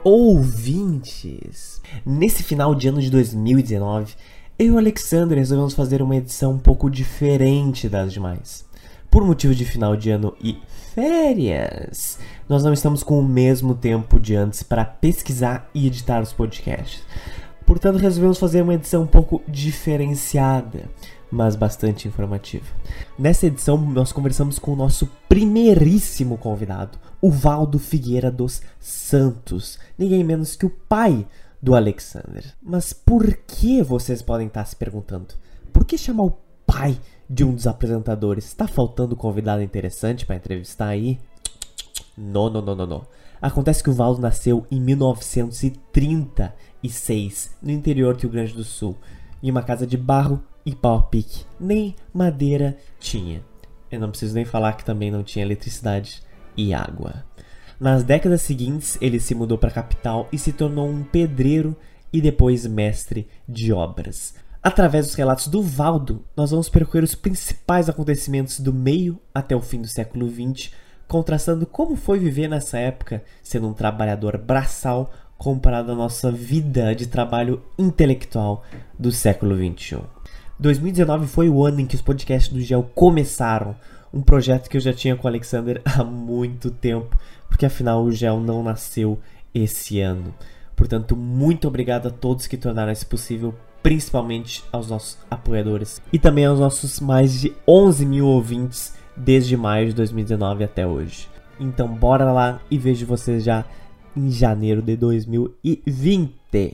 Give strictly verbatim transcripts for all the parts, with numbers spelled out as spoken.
ouvintes! Nesse final de ano de dois mil e dezenove, eu e o Alexander resolvemos fazer uma edição um pouco diferente das demais. Por motivo de final de ano e férias, nós não estamos com o mesmo tempo de antes para pesquisar e editar os podcasts. Portanto, resolvemos fazer uma edição um pouco diferenciada, mas bastante informativa. Nessa edição, nós conversamos com o nosso primeiríssimo convidado, o Valdo Figueira dos Santos, ninguém menos que o pai do Alexander. Mas por que, vocês podem estar se perguntando? Por que chamar o pai de um dos apresentadores? Está faltando convidado interessante para entrevistar aí? Não, não, não, não, não. Acontece que o Valdo nasceu em mil novecentos e trinta e seis, no interior do Rio Grande do Sul, em uma casa de barro e pau-a-pique. Nem madeira tinha. Eu não preciso nem falar que também não tinha eletricidade e água. Nas décadas seguintes, ele se mudou para a capital e se tornou um pedreiro e depois mestre de obras. Através dos relatos do Valdo, nós vamos percorrer os principais acontecimentos do meio até o fim do século vinte, contrastando como foi viver nessa época, sendo um trabalhador braçal comparado à nossa vida de trabalho intelectual do século vinte e um. dois mil e dezenove foi o ano em que os podcasts do G E L começaram, um projeto que eu já tinha com o Alexander há muito tempo, porque afinal o G E L não nasceu esse ano. Portanto, muito obrigado a todos que tornaram isso possível, principalmente aos nossos apoiadores e também aos nossos mais de onze mil ouvintes desde maio de dois mil e dezenove até hoje. Então bora lá e vejo vocês já em janeiro de dois mil e vinte.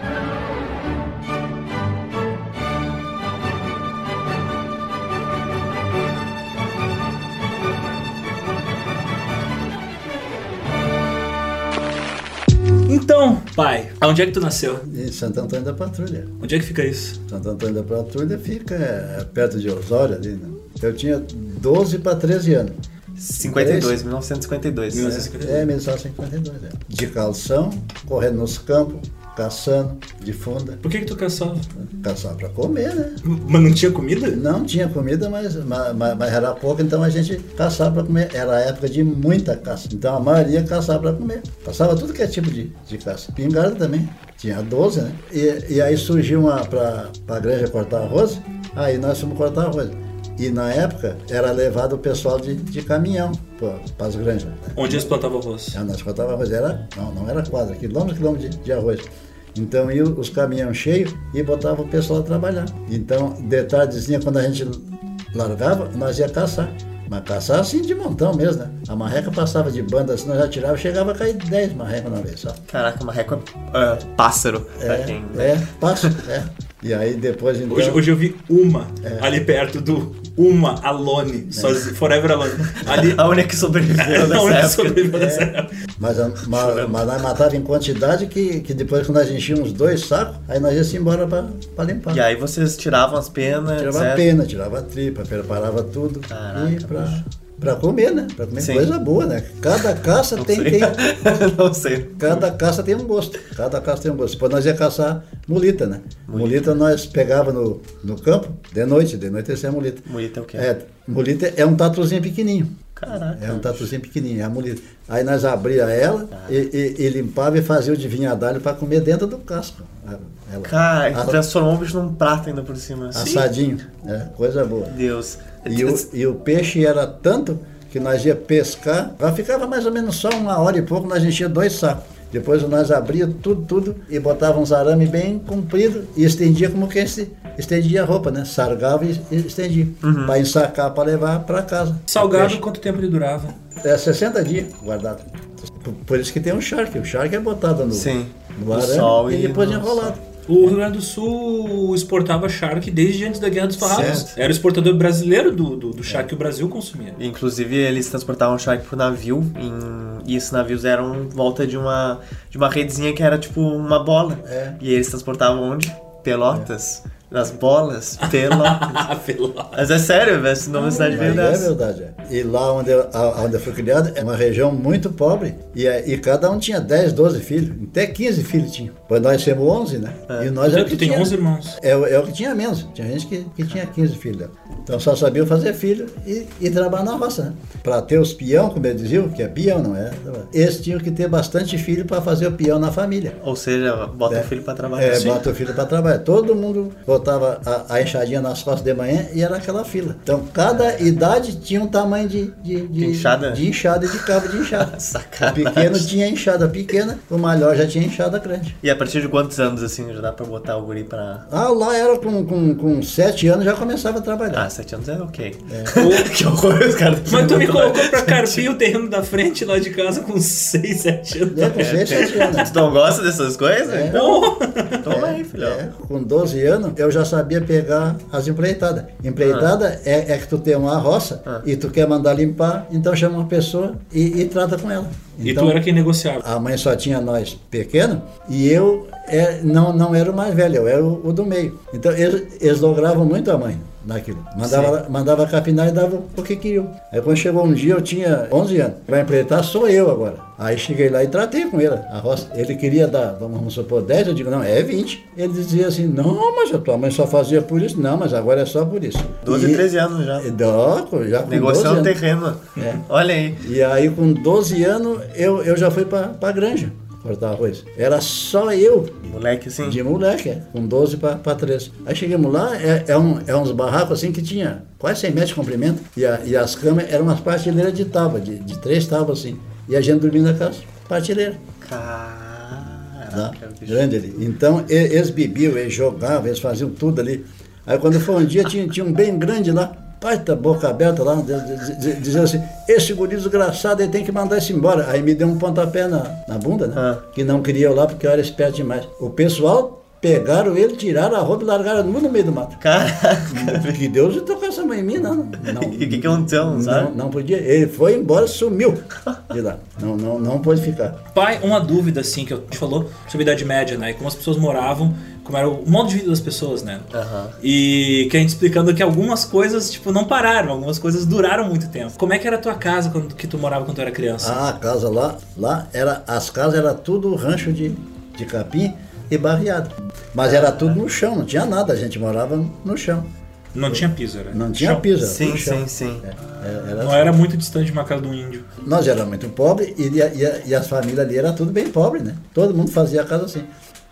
Então, pai, onde é que tu nasceu? Em Santo Antônio da Patrulha. Onde é que fica isso? Santo Antônio da Patrulha fica é, perto de Osório ali, né? Eu tinha doze para treze anos. cinquenta e dois, mil novecentos e cinquenta e dois. É, é, mil novecentos e cinquenta e dois, é. De calção, correndo nos campos, caçando, de funda. Por que que tu caçava? Caçava para comer, né? Mas não tinha comida? Não tinha comida, mas, mas, mas era pouco, então a gente caçava para comer. Era a época de muita caça, então a maioria caçava para comer. Caçava tudo que é tipo de, de caça. Pingarda também, tinha doze, né? E, e aí surgiu uma para a granja cortar arroz, aí nós fomos cortar arroz. E na época era levado o pessoal de, de caminhão para as granjas. Né? Onde eles plantavam arroz? É, nós plantávamos arroz, era, não, não era quadra, quilômetros e quilômetros de, de arroz. Então iam os caminhões cheios e botavam o pessoal a trabalhar. Então, de tardezinha, quando a gente largava, nós ia caçar. Mas caçar assim de montão mesmo, né? A marreca passava de banda, assim, nós já tirava, chegava a cair dez marrecas uma vez só. Caraca, marreca é uh, pássaro. É, quem... é, pássaro, é. E aí depois então... Hoje, hoje eu vi uma é. ali perto do Uma Alone, é. sozinho, Forever Alone. Ali... a única que sobreviveu dessa época. Sobreviveu dessa é. época. Mas, mas, mas nós matávamos em quantidade que, que depois quando nós enchíamos uns dois sacos, aí nós íamos embora para limpar. E aí vocês tiravam as penas? Tirava certo? a pena, tirava a tripa, preparava tudo. Caraca, e pra... Pra comer, né? Pra comer. Sim. Coisa boa, né? Cada caça não tem, sei. tem... Não sei. Cada caça tem um gosto. Cada caça tem um gosto. Depois nós ia caçar mulita, né? Mulita, mulita nós pegava no, no campo, de noite. De noite esse é a mulita. Mulita é o quê? É, mulita é um tatuzinho pequenininho. Caraca. É um tatuzinho pequenininho, é a mulita. Aí nós abria ela e, e, e limpava e fazia o de vinhadalho pra comer dentro do casco. Ela, Cara, a, transformou o bicho num prato ainda por cima. Assadinho. É, coisa boa. Deus. E o, e o peixe era tanto que nós ia pescar, já ficava mais ou menos só uma hora e pouco, nós enchia dois sacos. Depois nós abria tudo, tudo e botava uns arame bem comprido e estendia como quem se estendia a roupa, né? Sargava e estendia, uhum. Para ensacar, para levar para casa. Salgado, quanto tempo ele durava? É sessenta dias guardado. Por, por isso que tem um charque. O charque é botado no, Sim. no arame e, e depois enrolado. O Rio Grande do Sul exportava charque desde antes da Guerra dos Farrapos. Era o exportador brasileiro do, do, do charque é. que o Brasil consumia. Inclusive, eles transportavam charque por navio em, e esses navios eram em volta de uma, de uma redezinha que era tipo uma bola. É. E eles transportavam onde? Pelotas. É. Nas bolas, Pelotas. Mas é sério, esse nome da cidade veio dessa. É verdade. É. E lá onde eu, onde eu fui criado é uma região muito pobre. E, e cada um tinha dez, doze filhos. Até quinze filhos tinham. Pois nós temos onze, né? É. E nós é o Tu que tem tinha, onze irmãos. É, o- é o que tinha menos. Tinha gente que, que tinha quinze filhos. Então só sabia fazer filho e, e trabalhar na roça, né? Para ter os peão, como eles diziam, que é peão, não é? Eles tinham que ter bastante filho para fazer o peão na família. Ou seja, bota É. o filho pra trabalhar. É, Sim. bota o filho para trabalhar. Todo mundo botava a, a enxadinha nas costas de manhã e era aquela fila. Então cada idade tinha um tamanho de, de, de, Enxada? de enxada e de cabo de enxada. O Sacanagem. pequeno tinha enxada pequena, o maior já tinha enxada grande. E a partir de quantos anos, assim, já dá pra botar o guri pra... Ah, lá era com, com, com sete anos já começava a trabalhar. Ah, sete anos é ok. Que horror, os caras... Mas tu me colocou pra carpir o terreno da frente lá de casa com seis, sete anos. É, com seis, sete anos. Tu não gosta dessas coisas? É. Então, toma aí, filhão. É, com doze anos eu já sabia pegar as empreitadas. Empreitada é, é que tu tem uma roça Ah. e tu quer mandar limpar, então chama uma pessoa e, e trata com ela. E Então, tu era quem negociava. a mãe só tinha nós pequeno e eu é, não, não era o mais velho, eu era o, o do meio. Então eles, eles logravam muito a mãe naquilo. Mandava, mandava capinar e dava o que queriam. Aí quando chegou um dia eu tinha onze anos. Vai empreitar sou eu agora. Aí cheguei lá e tratei com ele a roça. Ele queria dar, vamos supor, dez, eu digo, não, é vinte. Ele dizia assim, não, mas a tua mãe só fazia por isso. Não, mas agora é só por isso. doze, E- treze anos já. Dó, já com Negociando doze anos. terreno. É. Olha aí. E aí com doze anos eu, eu já fui pra, pra granja cortar arroz. Era só eu, Moleque, assim. de moleque, é, com doze para treze. Aí chegamos lá, é, é, um, é uns barracos assim que tinha quase cem metros de comprimento e, a, e as camas eram umas prateleiras de tábua, de, de três tábuas assim. E a gente dormia naquelas prateleiras. Tá? Caraca, bicho. Grande ali. Então e- eles bebiam, eles jogavam, eles faziam tudo ali. Aí quando foi um dia, tinha, tinha um bem grande lá, pai da boca aberta lá, diz- diz- dizendo assim, esse guri desgraçado, ele tem que mandar isso embora. Aí me deu um pontapé na, na bunda, né? Ah. Que não queria eu lá porque eu era esperto demais. O pessoal pegaram ele, tiraram a roupa e largaram nu no meio do mato. Caraca. Que Deus não tocou essa mãe em mim, não. não E o que que aconteceu, não sabe? Não, não podia. Ele foi embora, sumiu de lá. Não, não, não pôde ficar. Pai, uma dúvida assim que eu te falou sobre a Idade Média, né? E como as pessoas moravam, como era o modo de vida das pessoas, né? Aham. E que a gente explicando que algumas coisas, tipo, não pararam, algumas coisas duraram muito tempo. Como é que era a tua casa quando que tu morava quando tu era criança? Ah, a casa lá, lá era, as casas eram tudo rancho de, de capim e barreado. Mas era tudo no chão, não tinha nada, a gente morava no chão. Não tinha piso, era? Não tinha chão. piso, era Sim, tudo chão. sim, sim. É, era- era Não era muito distante de uma casa de um índio. Nós éramos muito pobres e, a- e, a- e as famílias ali eram tudo bem pobres, né? Todo mundo fazia a casa assim.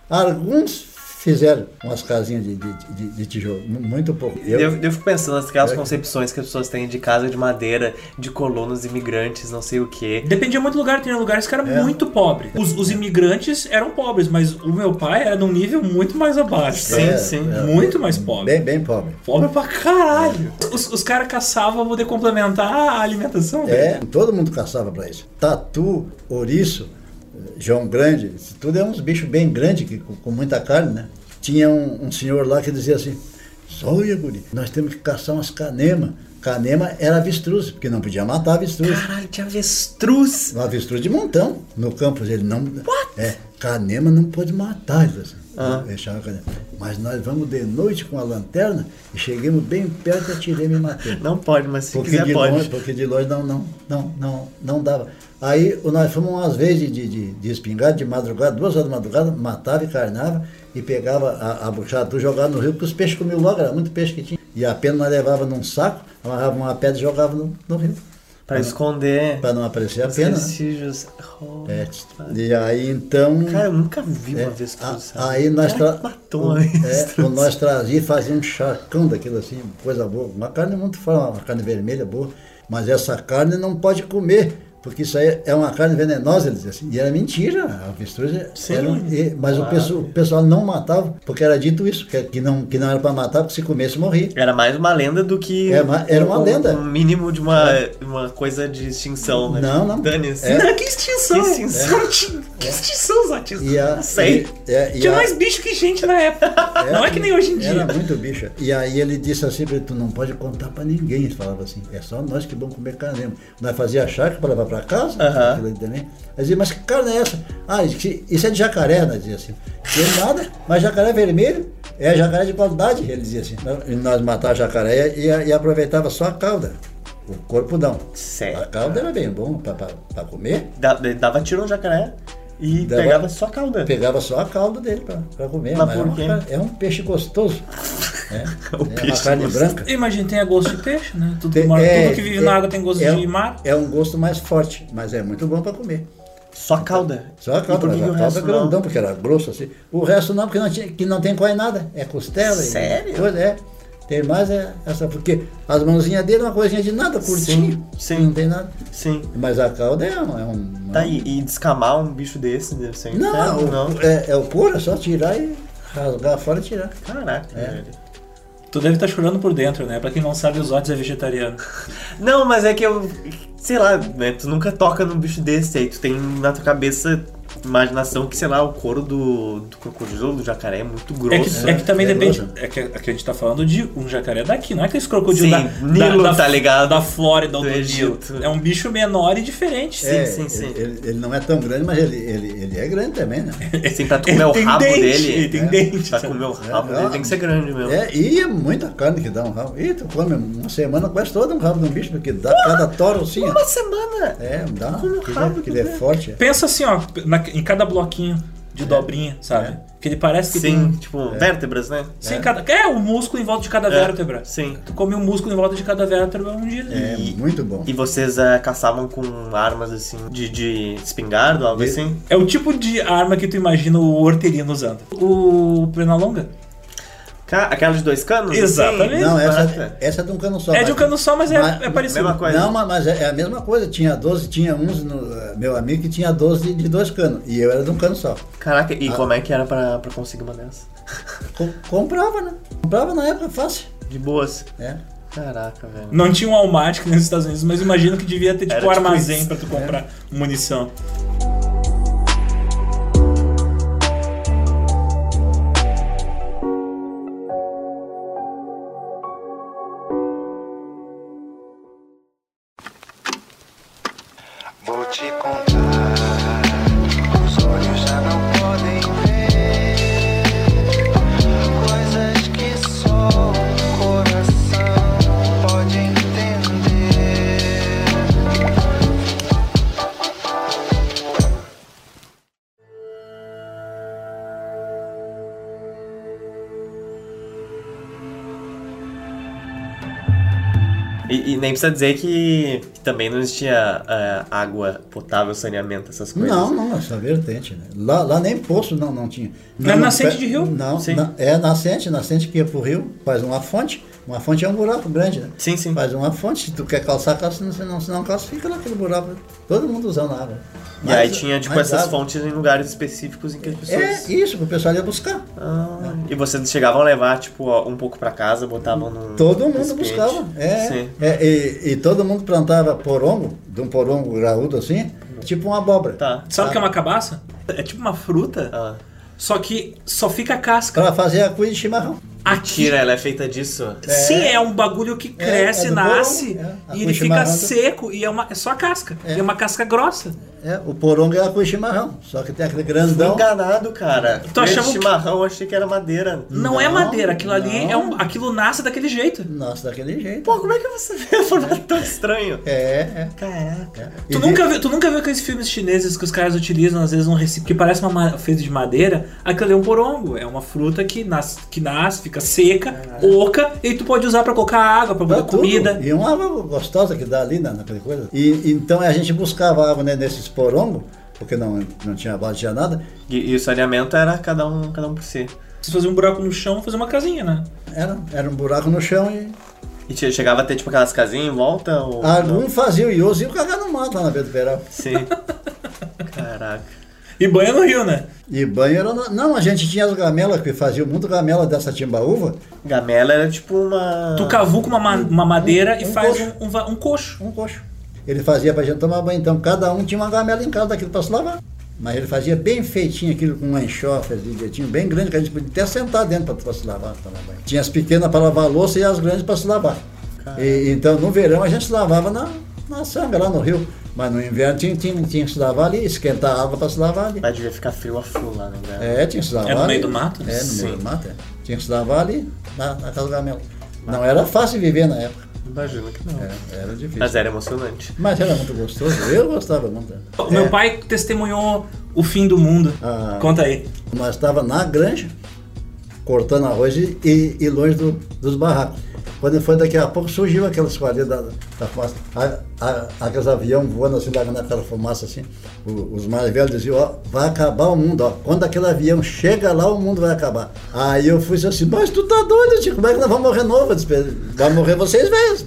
Alguns fizeram umas casinhas de, de, de, de tijolo, mu- muito pouco. Eu, Eu, eu fico pensando naquelas Eu- concepções que as pessoas têm de casa de madeira, de colonos imigrantes, não sei o quê. Dependia muito do lugar, tinha lugares que eram É. muito pobres. Os, os imigrantes eram pobres, mas o meu pai era num nível muito mais abaixo. Sim, É, sim. é. Muito mais pobre. bem, bem pobre. Pobre pra caralho. Os, os caras caçavam pra poder complementar a alimentação. velho. É, todo mundo caçava para isso. Tatu, ouriço, João Grande, isso tudo é uns bichos bem grandes, que, com, com muita carne, né? Tinha um, um senhor lá que dizia assim, olha, guri, nós temos que caçar umas canema. Canema era avestruz, porque não podia matar avestruz. Caralho, tinha avestruz. Um avestruz de montão no campo. Ele não. É, canema não pode matar. Ele assim, Ah. deixava a canema. Mas nós vamos de noite com a lanterna e chegamos bem perto, atirei e me matei. Não pode, mas se Porque quiser de, pode. longe, porque de longe não, não, não, não, não dava. Aí nós fomos umas vezes de, de, de espingarda, de madrugada, duas horas da madrugada, matava e carnava e pegava a, a buchada, tu jogava no rio, porque os peixes comiam logo, era muito peixe que tinha. E a pena nós levava num saco, amarrava uma pedra e jogava no, no rio. Pra esconder Para não aparecer a os pena, né? vestígios. Oh, É, e aí então. cara, eu nunca vi uma é, avestruz, a- sabe? aí nós Cara, tra... matou o, uma é, avestruz. o nós trazia e fazia um charcão daquilo assim, coisa boa. Uma carne muito forte, uma carne vermelha boa. Mas essa carne não pode comer, porque isso aí é uma carne venenosa, eles diziam assim. E era mentira, a avestruz Sim, era um, e- mas claro. o, pessoal, o pessoal não matava, porque era dito isso, que, que, não, que não era para matar, porque se comesse morria. Era mais uma lenda do que É uma- era uma um, lenda. um mínimo de uma, uma coisa de extinção, né? Não, não. Dane-se. É. Não, que extinção. Que extinção. Que, que extinção, Zatis? E a, Não sei. E, é, e Tinha a- mais bicho que gente na época. Não é que nem hoje em dia. Era muito bicha. E aí ele disse assim, tu não pode contar pra ninguém. Ele falava assim, é só nós que vamos comer carne mesmo. Nós fazia charque para levar pra casa, Aham. aquilo ali também. Aí dizia, mas que carne é essa? Ah, isso isso é de jacaré, nós dizia assim. Não nada, mas jacaré vermelho é jacaré de qualidade, ele dizia assim. E nós matávamos jacaré e, e aproveitava só a cauda. O corpo não. Sério? A cauda era bem bom pra, pra, pra comer. Da- Dava tiro no jacaré? E Dava- pegava só a cauda. Pegava só a cauda dele pra, pra comer. Mas Mas por é, quê? uma, é um peixe gostoso. É, O é peixe uma carne gostoso. branca. Imagina, tem a gosto de peixe, né? Tudo, Tem- mar- é, tudo que vive é- na água tem gosto é, de mar. É um gosto mais forte, mas é muito bom pra comer. Só a cauda. Só a E calda, por que mas que a o calda resto é grandão, não? porque era grosso assim. O resto não, porque não, tinha, que não tem quase nada. É costela. e Sério? Coisa, é. Tem mais é essa, porque as mãozinhas dele é uma coisinha de nada, curtinho. Sim, sim. Não tem nada. Sim. Mas a calda é um... É um Tá, e, e descamar um bicho desse deve ser um não, inferno, o- não? É, é o couro, é só tirar e rasgar fora e tirar. Caraca, É. velho. Tu deve estar chorando por dentro, né? Pra quem não sabe, os Otis é vegetariano. Não, mas é que eu... Sei lá, né? Tu nunca toca num bicho desse, aí tu tem na tua cabeça imaginação que, sei lá, o couro do, do crocodilo, do jacaré é muito É grosso. que, é que também É depende. grosso. É que, é que a gente tá falando de um jacaré daqui, não é aquele crocodilo Sim, da, Nilo, da, da, tá ligado? da Flórida ou Do do, Nilo. Egito. É um bicho menor e diferente. Sim, é, sim, sim. Ele, ele- ele não é tão grande, mas ele, ele, ele é grande também, né? Assim, pra tu Ele comer o tem rabo dente, dele... ele tem é, dente, Pra sabe? comer o rabo É, dele ó, tem que ser grande mesmo. É, e é muita carne que dá um rabo. E tu come uma semana quase todo um rabo de um bicho, porque dá cada toro assim, ó. Uma semana! É, dá. Come o Que rabo ele, que do ele é bicho. forte. é. Pensa assim, ó, na- em cada bloquinho de dobrinha, sabe? É. Que ele parece que Sim, tem. tipo, vértebras, né? Sim, cada, é o músculo em volta de cada É, vértebra. sim. Tu come um músculo em volta de cada vértebra um dia. É, E- muito bom. E vocês eh, caçavam com armas assim, de, de espingarda, algo De- assim? É o tipo de arma que tu imagina o hortelino usando. O Pernalonga? Ca- Aquela de dois canos? Exatamente. assim? Não, essa, Barata. essa é de um cano só. É de um mas- cano só, mas é, mas- é parecido. mesma coisa. Não, mas, mas é é a mesma coisa. Tinha doze, tinha uns, no, eh, meu amigo que tinha doze de, de dois canos. E eu era de um cano só. Caraca, e Ah. como é que era pra, pra conseguir uma dessas? Com- comprava, né? Comprava na época fácil. De boas. É. Caraca, velho. Não tinha um Walmart nos Estados Unidos, mas imagino que devia ter tipo Era um tipo armazém isso. pra tu comprar munição. Vou te contar, os olhos já não podem ver coisas que só o coração pode entender. E, e nem precisa dizer que, que também não existia eh, água potável, saneamento, essas coisas. Não, não, essa vertente, né? Lá, lá nem poço não, não tinha. Não é Não, nascente pe- de rio? Não, Sim. na- é nascente, nascente que ia pro rio, faz uma fonte. Uma fonte é um buraco grande, né? Sim, sim. Faz uma fonte, se tu quer calçar, calça, se não, se não calça, fica naquele buraco. Todo mundo usando água. E Mas- aí tinha, tipo, mas essas água. fontes em lugares específicos em que as pessoas... É isso, que o pessoal ia buscar. Ah, e vocês chegavam a levar, tipo, ó, um pouco pra casa, botavam num... Todo mundo recipiente? buscava. É, Sim. é, e, e todo mundo plantava porongo, de um porongo graúdo assim, tipo uma abóbora. Tá. Sabe o que é uma cabaça? É tipo uma fruta, Ah. só que só fica a casca. Pra fazer a cuia de chimarrão. Aqui, Tira, ela é feita disso? sim, é um bagulho que cresce, é do nasce, porongo, é. A e ele cuia fica chimarrão do- seco, e é, uma, é só a casca. É. E é uma casca grossa. É, o porongo é a cuia de chimarrão, só que tem aquele Fui grandão. enganado, cara. Tu achava Esse que- chimarrão, eu achei que era madeira. Não, é Não, madeira, aquilo ali não. é um, aquilo nasce daquele jeito. Nossa, daquele jeito. Pô, como é que você vê a forma tão estranho? É, é. Caraca. E Tu de- nunca, viu, tu nunca viu aqueles filmes chineses que os caras utilizam, às vezes, um recipiente que parece uma ma- feito de madeira? Aquilo ali é um porongo. É uma fruta que nasce, que nasce fica seca, oca, e tu pode usar pra colocar água, pra Dá botar tudo. comida. E uma água gostosa que dá ali na, naquela coisa. E então a gente buscava água né, nesses porongos, porque não, não tinha base, tinha nada. E, e o saneamento era cada um, cada um por si. Se fazer um buraco no chão, fazer uma casinha, né? Era, era um buraco no chão e E che- chegava a ter, tipo, aquelas casinhas em volta? Ou algum não? fazia o ioso e o cagar no mato lá na beira do peral. Sim. Caraca. E banho no rio, né? E banho era. no- Não, a gente tinha as gamelas que faziam muito gamela dessa timbaúva, Gamela era tipo uma... Tu cavuca uma, ma- uma madeira um- e um faz coxo. um, um, va- um coxo. um coxo. Ele fazia pra gente tomar banho, então cada um tinha uma gamela em casa daquilo pra se lavar. Mas ele fazia bem feitinho aquilo com um enxofre de jeitinho bem grande, que a gente podia até sentar dentro pra, pra se lavar, pra tomar banho. Tinha as pequenas para lavar a louça e as grandes para se lavar. E, então no verão a gente se lavava na, na sanga, lá no rio. Mas no inverno tinha, tinha, tinha que se lavar ali, esquentar a água para se lavar ali. Mas devia ficar frio a full lá, né? É, tinha que se lavar É no ali. meio do mato? É, no Sim. meio do mato, é. Tinha que se lavar ali, na, naquelas gamelas. Não era fácil viver na época. Imagino que não. É, era difícil. Mas era emocionante. Mas era muito gostoso, eu gostava muito. O meu É, pai testemunhou o fim do mundo. Ah. Conta aí. Nós estávamos na granja, cortando arroz e, e, e longe do- dos barracos. Quando foi daqui a pouco, surgiu aquelas esquadrilha da, da fumaça. A, a, aqueles aviões voando assim, lá naquela fumaça assim. O- os mais velhos diziam, ó, vai acabar o mundo, ó. Quando aquele avião chega lá, o mundo vai acabar. Aí eu fui assim, mas tu tá doido, tio, como é que nós vamos morrer novo? Eu disse, vai morrer vocês velhos.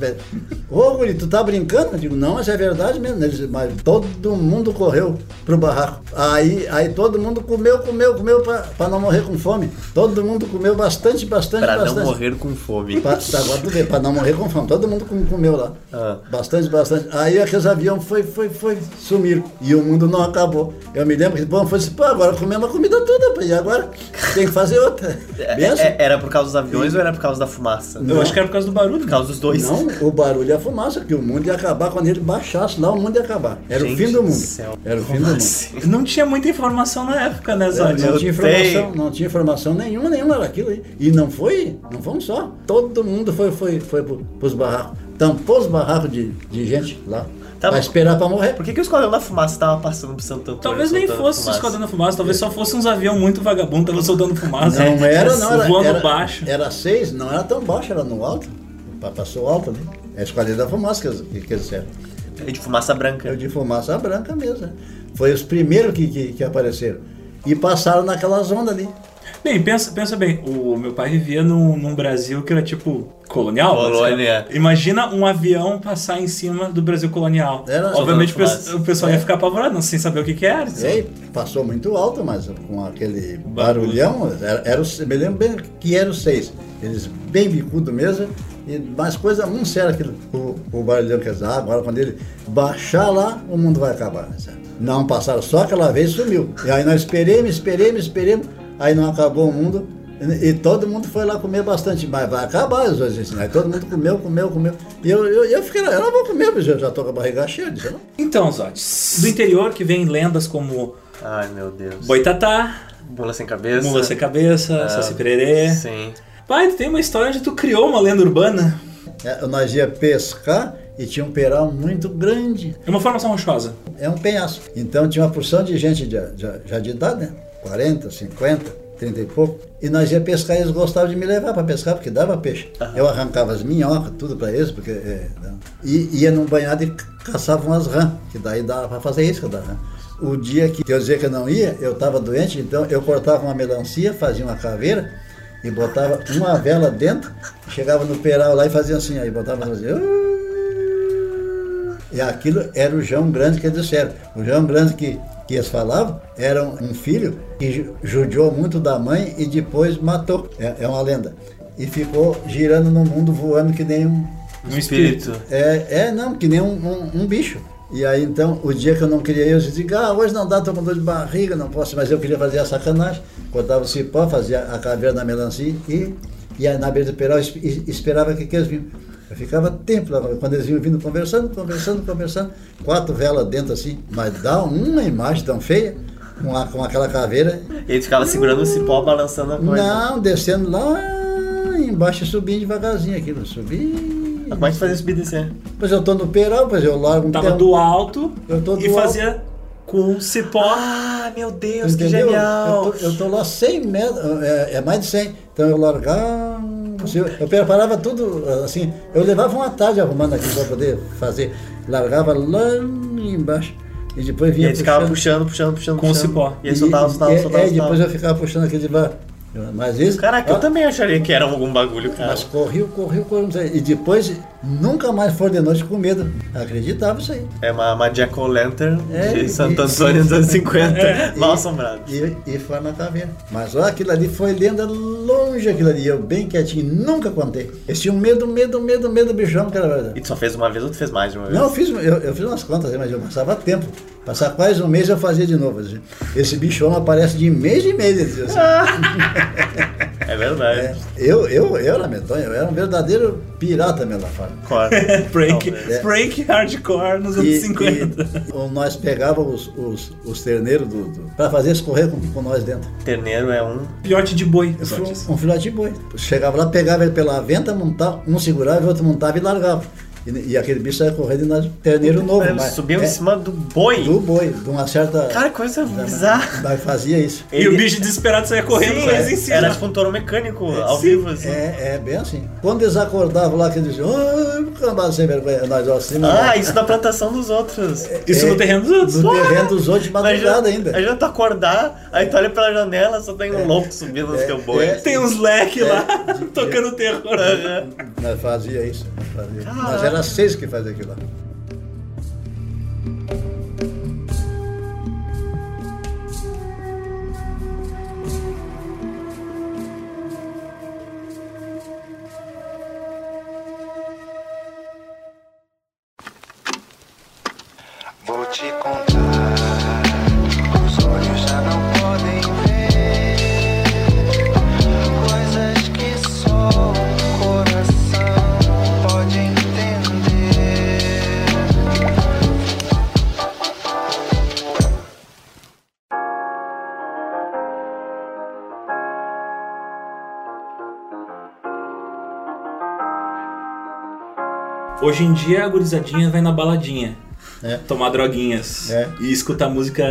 Ô, guri, tu tá brincando? Eu digo, não, mas é verdade mesmo. Eles, mas todo mundo correu pro barraco. Aí, aí todo mundo comeu, comeu, comeu pra, pra não morrer com fome. Todo mundo comeu bastante, bastante, Pra bastante. não morrer com fome. Pra, tá, agora tu vê, pra não morrer com fome. Todo mundo com- comeu lá. Ah. Bastante, bastante. Aí aqueles aviões foi, foi, foi, sumiram. E o mundo não acabou. Eu me lembro que, bom, foi assim, pô, agora comemos a comida toda, pô, e agora tem que fazer outra. Bem assim. É- era por causa dos aviões ou era por causa da fumaça? Eu acho que era por causa do barulho. Por causa dos dois. Não, o barulho e a fumaça, que o mundo ia acabar quando ele baixasse lá, o mundo ia acabar. Era Gente o fim do do mundo. céu. Era o fim do Como mundo. assim? Não tinha muita informação na época, né, É, Zóio? não Eu tinha informação, tenho. não tinha informação nenhuma, nenhuma era aquilo aí. E não foi, não fomos só. Todo mundo foi, foi, foi pro, pros barracos. Tampou os barracos de, de gente lá. Tá pra bom. esperar pra morrer. Por que, que o Esquadrão da Fumaça tava passando por Santo Antônio? Talvez nem soltando fosse fumaça? esquadrão fumaça, talvez só fosse uns aviões muito vagabundos, tava soltando fumaça. Não era, não era. Voando era, baixo. Era seis, não era tão baixo, era no alto. Pa- Passou alto ali. É a esquadrilha da fumaça que, eles- que, que eles eram. É de fumaça branca. É de fumaça branca mesmo. né? Foi os primeiros que, que, que apareceram. E passaram naquela zona ali. Bem, pensa, pensa bem, o meu pai vivia num, num Brasil que era tipo colonial. Colônia. basicamente. Imagina um avião passar em cima do Brasil colonial. Era- Obviamente o, Soltando pe- fumaça. o pessoal É. ia ficar apavorado, sem saber o que que era. E aí passou muito alto, mas com aquele barulhão, era, era o, me lembro bem que era os seis. Eles bem bicudo mesmo, e mais coisa, um sério aquilo, o, o barulhão que eles, ah, agora quando ele baixar lá, o mundo vai acabar. Sabe? Não passaram, só aquela vez sumiu. E aí nós esperemos, esperemos, esperemos, aí não acabou o mundo, e, e todo mundo foi lá comer bastante, mas vai acabar as coisas assim. Aí todo mundo comeu, comeu, comeu. E eu, eu, eu fiquei lá, eu não vou comer, porque eu já tô com a barriga cheia, eu disse, não. Então, Zotes, do interior que vem lendas como Ai, meu Deus. Boitatá, Mula sem cabeça. Mula Sem Cabeça, Ah, Saci Pererê. Sim. Pai, tu tem uma história onde tu criou uma lenda urbana. É, nós ia pescar e tinha um peral muito grande. É uma formação rochosa. É um penhasco. Então tinha uma porção de gente de, de, já de idade, né? quarenta, cinquenta, trinta e pouco. E nós ia pescar e eles gostavam de me levar para pescar, porque dava peixe. Aham. Eu arrancava as minhocas, tudo para eles, porque. É, não. E ia num banhado e caçava umas rãs, que daí dava para fazer isca da rã. O dia que eu dizia que eu não ia, eu estava doente, então eu cortava uma melancia, fazia uma caveira e botava uma vela dentro, chegava no peral lá e fazia assim, aí botava assim. E aquilo era o João Grande que eles disseram. O João Grande que, que eles falavam era um, um filho que ju- judiou muito da mãe e depois matou. É, é uma lenda. E ficou girando no mundo, voando que nem um. Um espírito. É, é não, que nem um, um, um bicho. E aí então, o dia que eu não queria ir, eu disse, ah, hoje não dá, estou com dor de barriga, não posso, mas eu queria fazer a sacanagem. Cortava o cipó, fazia a caveira na melancia e ia na beira do peral e e esperava que, que eles vinham. Eu ficava tempo lá, quando eles vinham vindo conversando, conversando, conversando, quatro velas dentro assim, mas dá uma imagem tão feia, com, a, com aquela caveira. E ele ficava segurando o cipó, balançando a coisa. Não, descendo lá embaixo e subindo devagarzinho aquilo, subi. Mas como é que fazia subir e descer? Pois eu tô no peral, pois eu largo um Tava tempo. do alto Eu tô e do fazia com cipó. Ah, meu Deus, que Entendeu? genial! Eu tô, eu tô lá cem metros, é, é mais de cem. Então eu largava, eu, eu preparava tudo assim. Eu levava uma tarde arrumando aqui para poder fazer. Largava lá embaixo e depois E vinha ele ficava puxando, puxando, puxando, Com o puxando. cipó. E ele soltava, soltava, é, soltava, é, e depois soltava. eu ficava puxando aquele de lá. Mas isso. Caraca, eu ah, também acharia que era algum bagulho, cara. Mas correu, correu, correu. E depois nunca mais foi de noite com medo. Acreditava isso aí. É uma, uma Jack-O-Lantern É, de Santo e- Antônio dos anos cinquenta, É, mal e- assombrado. E, e foi na caveira. Mas ó, aquilo ali foi lenda longe, aquilo ali. Eu bem quietinho, nunca contei. Eles tinham medo, medo, medo, medo do bichão, que era verdade. E tu só fez uma vez ou tu fez mais de uma vez? Não, eu fiz, eu, eu fiz umas contas, mas eu passava tempo. Passar quase um mês eu fazia de novo. Assim. Esse bichão aparece de mês em mês, ele dizia assim. É verdade. É, eu, eu, eu era medonho, eu era um verdadeiro pirata mesmo na fábrica. Claro. Break, É. break hardcore nos anos E, cinquenta. e o- nós pegávamos os, os, os terneiros do, do, pra fazer escorrer com, com nós dentro. Terneiro é um. Filhote de boi. Eu fui um, um filhote de boi. Chegava lá, pegava ele pela venta, montava, um segurava e o outro montava e largava. E, e aquele bicho saia correndo e nós, terneiro novo. Eles mas- subiam é, em cima do boi. do boi, de uma certa. Cara, coisa bizarra. Nós fazia isso. E o bicho desesperado saia correndo Sim, com eles em cima. era tipo um touro mecânico ao sim, vivo, assim. É, é bem assim. Quando eles acordavam lá, que eles diziam, ai, cambada sem vergonha, nós ó, assim, Ah, isso da plantação dos outros. Isso é, no terreno dos outros. no terreno dos outros de madrugada ainda. Aí já tu acordar, aí tu olha pela janela, só tem um louco subindo no teu boi. é. Tem uns leques lá, de- tocando terror. Aham. Nós fazia isso. Nós, fazia. Caraca. Nós era seis que fazia aquilo lá. Vou te contar, os olhos já não podem ver coisas que só o coração pode entender. Hoje em dia a gurizadinha vai na baladinha. É. Tomar droguinhas. É. E escutar música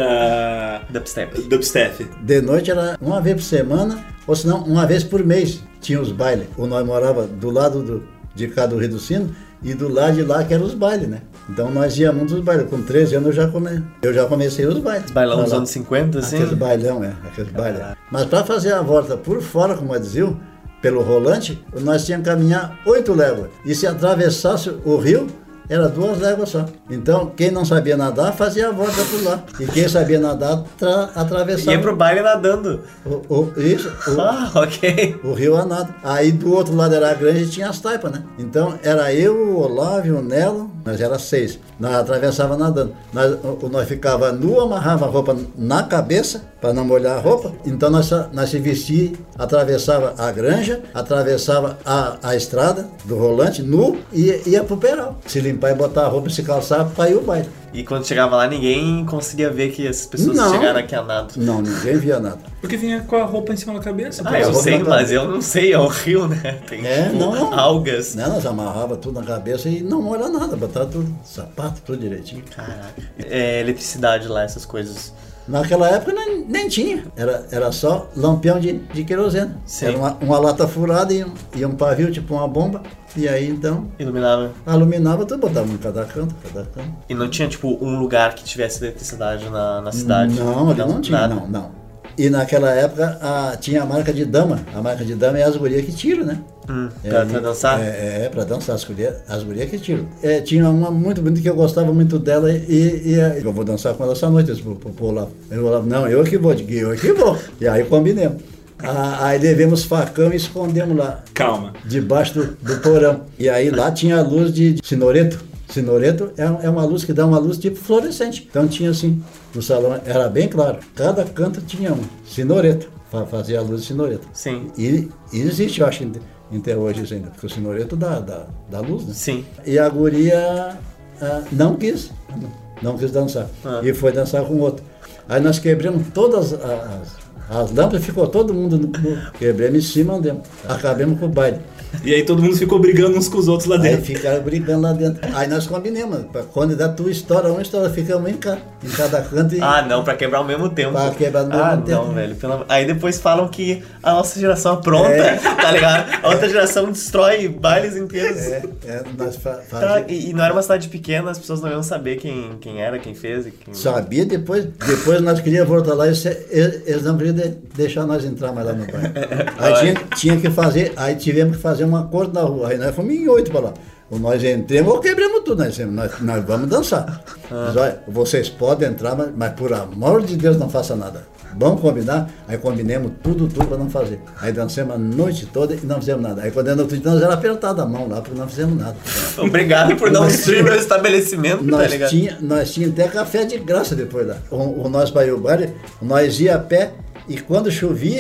Dubstep. dubstep. De noite era uma vez por semana, ou senão uma vez por mês tinha os bailes. Ou nós morava do lado do, de cá do Rio do Sino e do lado de lá que eram os bailes, né? Então nós íamos nos bailes. Com treze anos eu já, come, eu já comecei os bailes. Bailão Pra dos lá. anos cinquenta, assim. Aqueles bailão, é, aqueles bailão. Mas para fazer a volta por fora, como eu dizia, pelo rolante, nós tínhamos que caminhar oito léguas. E se atravessasse o rio, era duas léguas só. Então, quem não sabia nadar, fazia a volta por lá. E quem sabia nadar, tra- atravessava. Ia pro baile nadando. o, o, isso, o, Ah, ok. o rio a nado. Aí do outro lado era a grande e tinha as taipas, né? Então era eu, o Olávio, o Nelo, nós era seis. Nós atravessava nadando. Nós, o- nós ficava nu, amarrava a roupa na cabeça para não molhar a roupa. Então nós, sa- nós se vestia, atravessava a granja, atravessava a, a estrada do rolante, nu, e ia pro peral. Se limpar e botar a roupa e se calçar para ir ao baile. E quando chegava lá, ninguém conseguia ver que essas pessoas Não. chegaram aqui a nado. Não, ninguém via nada. Porque vinha com a roupa em cima da cabeça. Ah, eu vou sei, nadar. mas eu não sei, é o rio, né? Tem É, tipo, não, não. algas. Né? Nós amarrava tudo na cabeça e não molha nada, botava tudo, sapato, tudo direitinho. Caraca. É, eletricidade lá, essas coisas. Naquela época nem, nem tinha, era, era só lampião de, de querosene. Sim. Era uma, uma lata furada e um, e um pavio, tipo uma bomba, e aí então Iluminava. aluminava tudo, botava em cada canto, cada canto. E não tinha, tipo, um lugar que tivesse eletricidade na, na cidade? Não, ali não, tinha, nada. não, não. E naquela época a, tinha a marca de dama, a marca de dama é as gurias que tiram, né? Hum, pra, pra dançar? É, é, pra dançar, as gurias, as gurias que tiram. É, tinha uma muito bonita que eu gostava muito dela e, e é, eu vou dançar com ela essa noite, pro, pro, pro lá. Eu falava, não, eu que vou, digo, eu que vou. E aí combinemos. Ah, aí levemos facão e escondemos lá, Calma. debaixo do, do porão. E aí lá tinha a luz de, de sinoreto. Sinoreto é, é uma luz que dá uma luz tipo fluorescente. Então tinha assim, no salão era bem claro. Cada canto tinha um sinoreto, para fazer a luz de sinoreto. Sim. E, e existe, eu acho, até hoje isso ainda, porque o sinoreto dá, dá, dá luz, né? Sim. E a guria ah, não quis, não quis dançar. Ah. E foi dançar com outro. Aí nós quebramos todas as, as, as lâmpadas, ficou todo mundo no, no quebramos em cima dentro. Acabamos com o baile. E aí todo mundo ficou brigando uns com os outros lá Aí dentro. ficaram brigando lá dentro. Aí nós combinamos, pra quando dá tua história, uma história, ficamos em cada, em cada canto e Ah, não, pra quebrar ao mesmo tempo. Pra quebrar ao mesmo ah, tempo. não, velho. Pelo... Aí depois falam que a nossa geração apronta, É. tá ligado? A outra geração destrói bailes inteiros. é, é, nós fa Tá, fazíamos. e, e não era uma cidade pequena, as pessoas não iam saber quem, quem era, quem fez e quem... Sabia depois, depois nós queríamos voltar lá e se- eles, eles não queriam de- deixar nós entrar mais lá no bairro. Aí tinha, tinha que fazer, aí tivemos que fazer um acordo na rua. Aí nós fomos em oito para lá. Ou nós entramos ou quebramos tudo, nós, dissemos, nós, nós vamos dançar. Mas olha, vocês podem entrar, mas, mas por amor de Deus não faça nada. Vamos combinar? Aí combinamos tudo, tudo para não fazer. Aí dançamos a noite toda e não fizemos nada. Aí quando era no outro dia, nós era apertado a mão lá, porque não fizemos nada. Obrigado por não destruir meu estabelecimento, tá Nós ligado? tinha, nós tinha até café de graça depois lá. O, o nosso pai o baile, nós ia a pé e quando chovia,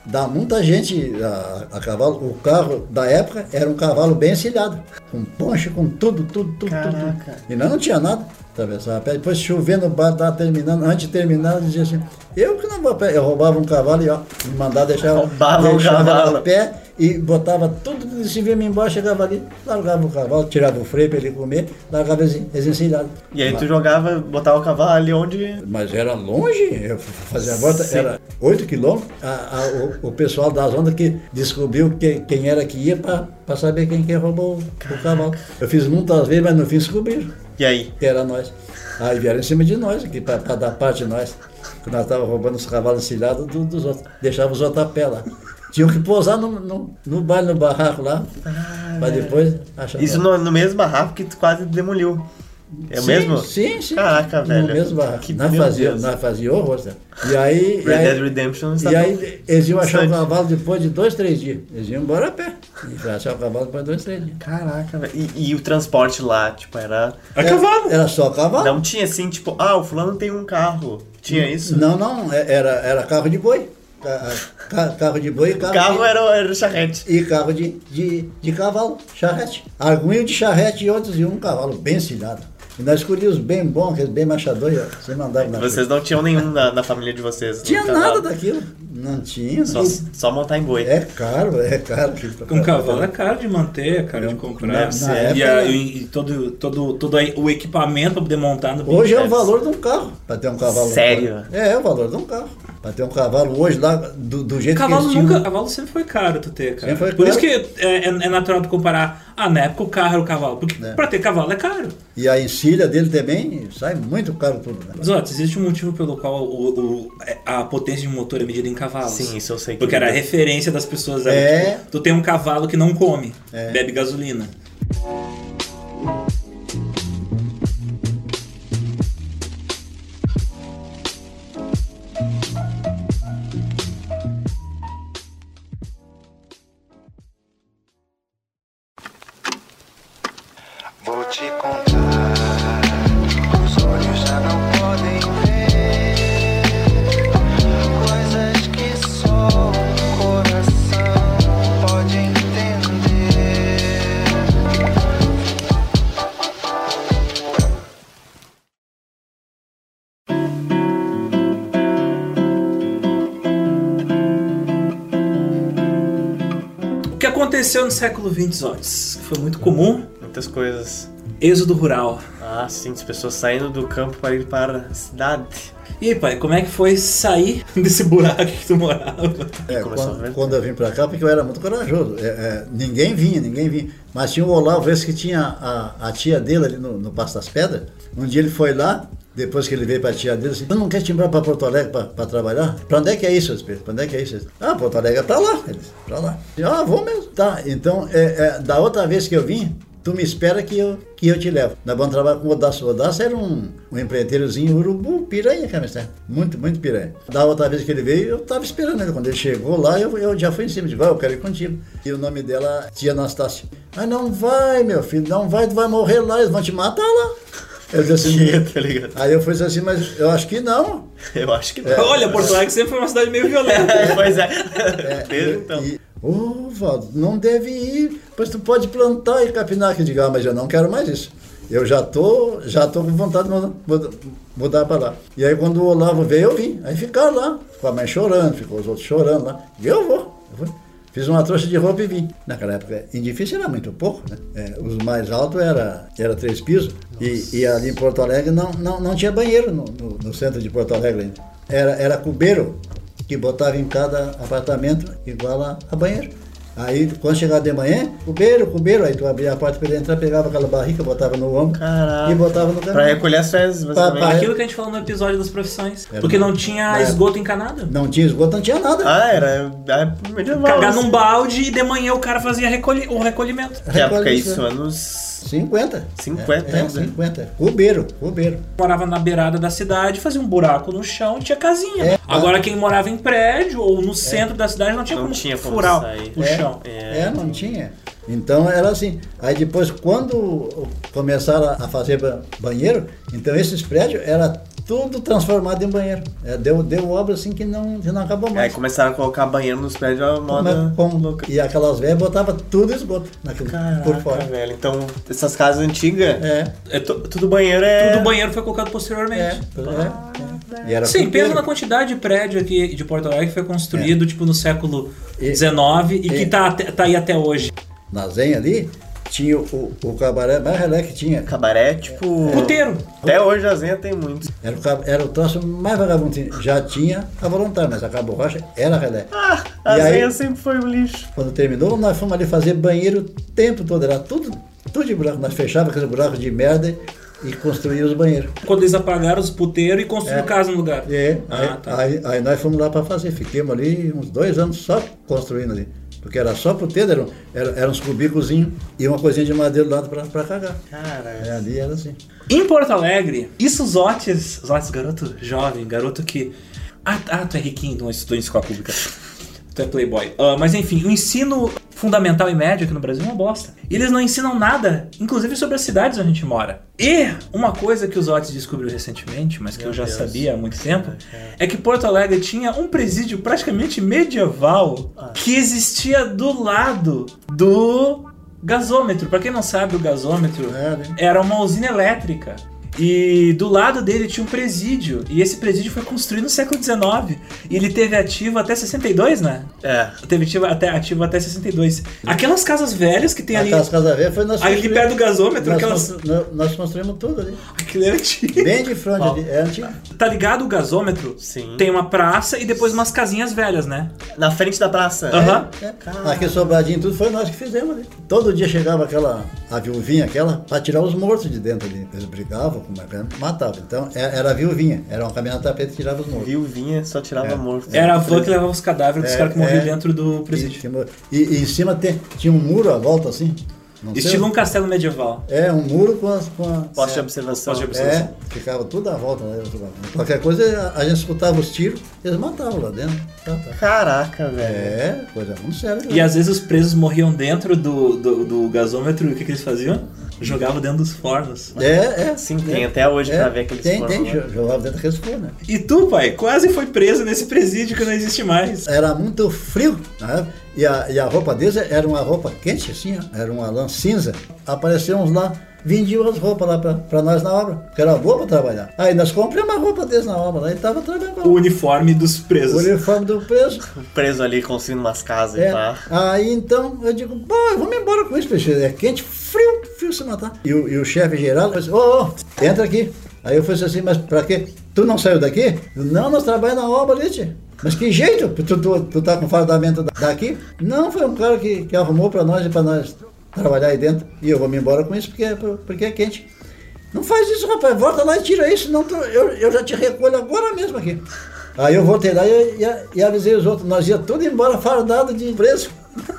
dá muita gente a, a cavalo. O carro da época era um cavalo bem encilhado, com ponche, com tudo, tudo, tudo, tudo, tudo. E nós não tinha nada. Atravessava a pé, depois chovendo, o bar estava terminando, antes de terminar, dizia assim, eu que não vou a pé, eu roubava um cavalo e ó, me mandava deixar roubava o cavalo a pé e botava tudo, se vinha embora, chegava ali, largava o cavalo, tirava o freio para ele comer, largava esencilhado. E aí tu jogava, botava o cavalo ali onde... Mas era longe, eu fazia a volta, Sim. era oito quilômetros, a, a, o, o pessoal das ondas que descobriu que, quem era que ia para saber quem que roubou o, o cavalo. Eu fiz muitas vezes, mas no fim descobriram. E aí? Que era nós. Aí vieram em cima de nós, aqui, para dar parte de nós. Que nós estávamos roubando os cavalos encilhados do, dos outros. Deixava os outros a pé lá. Tinham que pousar no, no, no baile, no barraco lá. Ah, para depois achar. Isso no, no mesmo barraco que tu quase demoliu. É o sim, mesmo? Sim, sim. Caraca, velho. No mesmo barraco. Que nós fazia, nós fazia horror, sabe? E aí... Red Dead Redemption E aí eles iam achar o cavalo depois de dois, três dias. Eles iam embora a pé. E achar o cavalo depois de dois, três dias. Caraca, velho. E, e o transporte lá, tipo, era... Era cavalo. Era só cavalo. Não tinha assim, tipo, ah, o fulano tem um carro. Tinha isso? Não, não. Era, era carro de boi. Ca- carro de boi e carro, carro de... era, era charrete. E carro de, de, de cavalo, charrete. Alguns iam de charrete e outros iam um cavalo bem encilhado. E nós escolhíamos bem bom, aqueles bem machadores, você mandava na Vocês não tinham nenhum na, na família de vocês? Tinha cavalo. nada daquilo. Não tinha. Só, E... só montar em boi. É caro, é caro. Um cavalo é caro de manter, é caro de comprar. Na, na e, época, a, e, e todo, todo, todo aí, o equipamento para poder montar no hoje é o Pinterest. valor de um carro, para ter um cavalo. Sério? É, é o valor de um carro. Para ter um cavalo hoje lá, do, do jeito Cavalo que eles nunca, tinham. cavalo sempre foi caro tu ter, cara. Sempre foi Por caro. isso que é, é, é natural tu comparar. Ah, na época o carro era o cavalo. Porque É. pra ter cavalo é caro. E a encilha dele também sai muito caro tudo. Né? Mas, ó, existe um motivo pelo qual o, o, a potência de motor é medida em cavalos. Sim, isso eu sei. Que Porque era a referência das pessoas. Era, É. tipo, tu tem um cavalo que não come, É. bebe gasolina. Vou te contar, os olhos já não podem ver coisas que só o coração pode entender. O que aconteceu no século vinte, Zotes? Foi muito comum. Muitas coisas. Êxodo rural. Ah, sim, as pessoas saindo do campo para ir para a cidade. E aí, pai, como é que foi sair desse buraco que tu morava? É, começou a quando, ver. quando eu vim pra cá, porque eu era muito corajoso. É, é, ninguém vinha, ninguém vinha. Mas tinha o Olavo, esse que tinha a, a tia dele ali no, no Passo das Pedras. Um dia ele foi lá, depois que ele veio pra tia dele, assim, tu não quer te embora pra Porto Alegre pra, pra trabalhar? Pra onde é que é isso, Espírito? Pra onde é que é isso? Ah, Porto Alegre é pra lá. Ele disse, pra lá. Eu, ah, vou mesmo. Tá, então, é, é, da outra vez que eu vim, tu me espera que eu, que eu te levo. Nós vamos trabalhar com o Odaço. O Odaço era um, um empreendeirozinho urubu, piranha, cara, muito, muito piranha. Da outra vez que ele veio, eu tava esperando ele. Quando ele chegou lá, eu, eu já fui em cima, digo, ah, eu quero ir contigo. E o nome dela, tia Anastácia. Ah, não vai, meu filho, não vai, tu vai morrer lá, eles vão te matar lá. Eu disse assim, Tá ligado? aí eu fui assim, mas eu acho que não. Eu acho que não. É. Olha, Porto Alegre sempre foi uma cidade meio violenta. Pois é. É, Desde e- então. e- Ô, Valdo, não deve ir, pois tu pode plantar e capinar aqui. Diga, ah, mas eu não quero mais isso. Eu já tô, já tô com vontade de mudar, mudar- mudar para lá. E aí quando o Olavo veio, eu vim. Aí ficaram lá, com a mãe chorando, ficou os outros chorando lá. E eu vou, eu vou. Fiz uma trouxa de roupa e vim. Naquela época, em difícil era muito pouco, né? É, os mais altos era, era três pisos. E, e ali em Porto Alegre não, não, não tinha banheiro no, no, no centro de Porto Alegre ainda. Era, era cubeiro que botava em cada apartamento igual a, a banheiro. Aí, quando chegava de manhã, cubeiro, cubeiro, aí tu abria a porta para ele entrar, pegava aquela barrica, botava no ombro Caraca. e botava no Pra caminhão. recolher as fezes, basicamente. Pra- Aquilo que a gente falou no episódio das profissões. Era Porque uma- não tinha na esgoto encanado. Não tinha esgoto, não tinha nada. Ah, era é medieval. Cagar assim. num balde e de manhã o cara fazia recolhi- o recolhimento. Que época é Recolhe isso? né? Anos... cinquenta. cinquenta É, é ainda. cinquenta. Cubeiro, cubeiro. Morava na beirada da cidade, fazia um buraco no chão e tinha casinha. É. Agora quem morava em prédio ou no centro da cidade não tinha Não como tinha como furar sair. o é, chão. É, não tinha. Então era assim. Aí depois, quando começaram a fazer ba- banheiro, então esses prédios era tudo transformado em banheiro. É, deu, deu obra assim que não, que não acabou Aí mais. começaram a colocar banheiro nos prédios, a moda Com- com- louca. e aquelas velhas botavam tudo esgoto naquilo por Caraca, fora. velho. Então, essas casas antigas, É, é tu- tudo banheiro é... Tudo banheiro foi colocado é, posteriormente. é, é. E era Sim, puteiro. pensa na quantidade de prédio aqui de Porto Alegre que foi construído tipo no século E- dezenove e, que e- tá, até- tá aí até hoje. Na Zenha ali, tinha o, o cabaré mais relé que tinha. Cabaré, tipo... Puteiro. Até hoje a Zenha tem muitos. Era o, cab- era o troço mais vagabundo. que tinha. Já tinha a voluntária, mas a Cabo Rocha era relé. Ah, a E aí- Zenha sempre foi um lixo. Quando terminou, nós fomos ali fazer banheiro o tempo todo. Era tudo, tudo de buraco. Nós fechávamos aquele buraco de merda e construíamos os banheiros. Quando eles apagaram os puteiros e construíram É. casa no lugar. É, Ah, aí, tá. aí, aí nós fomos lá para fazer. Fiquemos ali uns dois anos só construindo ali. Porque era só puteiro, eram era, era uns cubículozinhos e uma coisinha de madeira do lado para cagar. Cara, É, ali era assim. Em Porto Alegre, isso os Otis, os Otis, garoto jovem, garoto que... Ah, ah, tu é riquinho, não estudou em escola pública. Tu é playboy. Ah, mas enfim, o ensino fundamental e médio aqui no Brasil é uma bosta. E eles não ensinam nada, inclusive sobre as cidades onde a gente mora. E uma coisa que os Otis descobriu recentemente, mas que eu já Deus. sabia há muito tempo, é que Porto Alegre tinha um presídio praticamente medieval que existia do lado do gasômetro. Pra quem não sabe, o gasômetro É, né? era uma usina elétrica. E do lado dele tinha um presídio. E esse presídio foi construído no século dezenove. E ele teve ativo até sessenta e dois, né? é. Teve ativo até, ativo até sessenta e dois. Aquelas casas velhas que tem ali. Aquelas casas velhas foi nós Ali construímos- perto do gasômetro, nós, aquelas. constru- nós- nós construímos tudo ali. Aquilo é antigo. Bem de frente Ó. ali. É antigo. Tá ligado o gasômetro? Sim. Tem uma praça e depois umas casinhas velhas, né? Na frente da praça. Aham. É. Aquele sobradinho tudo foi nós que fizemos ali. Todo dia chegava aquela, a viuvinha aquela, para tirar os mortos de dentro ali. Eles brigavam, como é que matavam. Então é- era a viuvinha, era uma caminhonete tapete que tirava os mortos. Viu, vinha, só tirava É. morto. Era a van que levava os cadáveres dos É, caras que morriam é. dentro do presídio. E, e, e em cima tem, tinha um muro à volta assim. Não sei. Estilo um castelo medieval. É, um muro com as. Com a, Poste de é, observação. Poste de observação. É, ficava tudo à volta. Né? Qualquer coisa, a, a gente escutava os tiros, eles matavam lá dentro. Tá, tá. Caraca, velho. É, coisa muito séria. E às vezes os presos morriam dentro do, do, do gasômetro e o que, que eles faziam? Jogavam dentro dos fornos. É, é. Sim, tem é, até hoje é, pra ver aqueles Tem, fornos tem, lá. jo- jogava dentro daqueles fornos. Né? E tu, pai, quase foi preso nesse presídio que não existe mais. Era muito frio, né? E a, e a roupa deles era uma roupa quente, assim, ó, era uma lã cinza. Apareciam uns lá, vendiam as roupas lá pra, pra nós na obra, porque era boa pra trabalhar. Aí nós compramos a roupa deles na obra lá e tava trabalhando com O uniforme dos presos. o uniforme do preso. Preso ali, construindo umas casas É. e pá. Aí então eu digo, pô, eu vou me embora com isso, peixe. É quente, frio, frio se matar. E o, e o chefe geral falou assim, ô, ô, entra aqui. Aí eu falei assim, mas pra quê? Tu não saiu daqui? Eu, não, nós trabalhamos na obra ali, tia. Mas que jeito? Tu, tu, tu tá com fardamento daqui? Não, foi um cara que, que arrumou pra nós e pra nós trabalhar aí dentro. E eu vou me embora com isso porque, porque é quente. Não faz isso, rapaz. Volta lá e tira isso, senão tu, eu, eu já te recolho agora mesmo aqui. Aí eu voltei lá e, e, e avisei os outros. Nós ia tudo embora fardado de preso.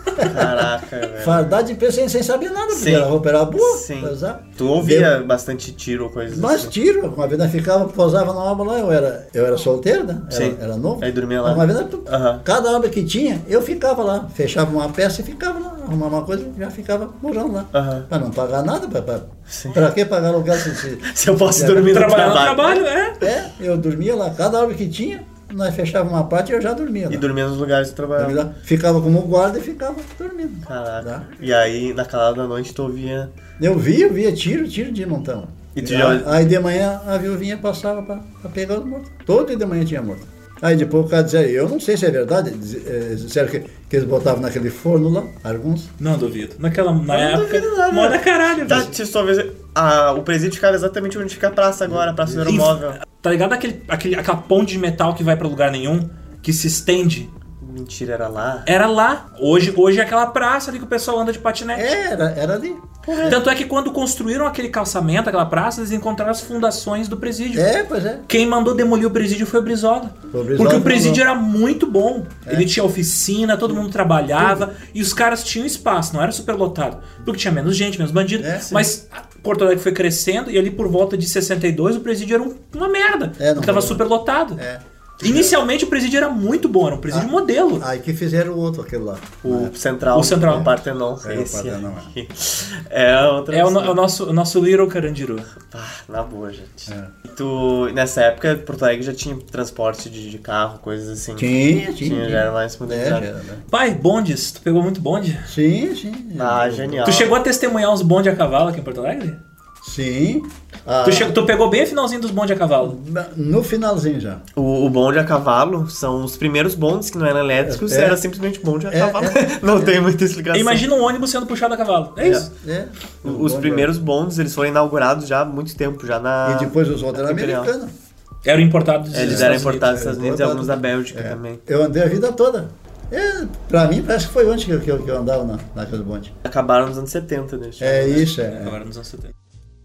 Caraca, velho. Fardado de preso sem, sem saber nada, porque Sim. a roupa era boa. Sim. pra usar. Tu ouvia bastante tiro ou coisas Nós assim? tiro, uma vez nós ficava, posava na obra lá, eu era, eu era solteiro, né? Era, Sim. era novo. Aí dormia lá. Uma vez, Aham. cada obra que tinha, eu ficava lá, fechava uma peça e ficava lá, arrumava uma coisa e já ficava morando lá. Aham. Pra não pagar nada, pra, pra, Sim. pra que pagar aluguel se, se, Se eu posso É. dormir no Trabalhar no trabalho. trabalho, é. É, eu dormia lá, cada obra que tinha, nós fechava uma parte e eu já dormia lá. E dormia nos lugares que tu Dormia trabalhava. lá. Ficava como guarda e ficava dormindo. Caraca. Tá? E aí, na calada da noite, tu ouvia... Eu via, eu via tiro, tiro de montão. E tu aí, já- aí de manhã a viuvinha passava pra, pra pegar os mortos. Todo dia de manhã tinha morto. Aí depois o cara dizia, eu não sei se é verdade, diz- eh, disseram que, que eles botavam naquele forno lá, alguns. Não duvido. Naquela na não época, duvido nada. moda caralho, Tá, velho. se só vez... Ah, o presídio ficava exatamente onde fica a praça agora, a praça do aeromóvel. Tá ligado aquele, aquele, aquela ponte de metal que vai pra lugar nenhum? Que se estende? Mentira, era lá. Era lá. Hoje, hoje é aquela praça ali que o pessoal anda de patinete. Era, era ali. Tanto é que quando construíram aquele calçamento, aquela praça, eles encontraram as fundações do presídio. É, pois é. Quem mandou demolir o presídio foi o Brizola. Foi o Brizola Porque o que presídio mandou. era muito bom. Ele tinha oficina, todo mundo trabalhava e os caras tinham espaço, não era super lotado. Porque tinha menos gente, menos bandido. É, sim. Mas Porto Alegre foi crescendo e ali por volta de sessenta e dois o presídio era um- uma merda. É, não porque tava foi- super lotado. É. Inicialmente o presídio era muito bom, era um presídio Ah, modelo. Aí que fizeram o outro, aquele lá. O Central. O Central. O Partenon. É, o Esse Partenon, aqui. É outra É o, opção. no- o nosso, o nosso Little Carandiru. Ah, na boa, gente. É. E tu, nessa época, Porto Alegre já tinha transporte de, de carro, coisas assim. Tinha, tinha. Tinha, já era mais É, modernizado. já era, né? Pai, bondes, tu pegou muito bonde? Sim, sim. Ah, Eu- genial. Tu chegou a testemunhar uns bondes a cavalo aqui em Porto Alegre? Sim. Ah, Tu, che- tu pegou bem o finalzinho dos bondes a cavalo. na- no finalzinho já. O, o bonde a cavalo são os primeiros bondes que não eram elétricos, É. era simplesmente bonde a É, cavalo. Não tem muita explicação. Imagina um ônibus sendo puxado a cavalo. É isso. É. Os primeiros bondes, eles foram inaugurados já há muito tempo, já na... E depois os outros eram Imperial. americanos. Era importado dos Eles Estados eram Unidos. importados dos Estados É, Unidos e alguns da importado. Bélgica É. também. Eu andei a vida toda. É, pra mim parece que foi ontem que eu, que eu, que eu andava na, naquele bonde. Acabaram nos anos setenta, deixa. É isso, é. Agora nos anos setenta.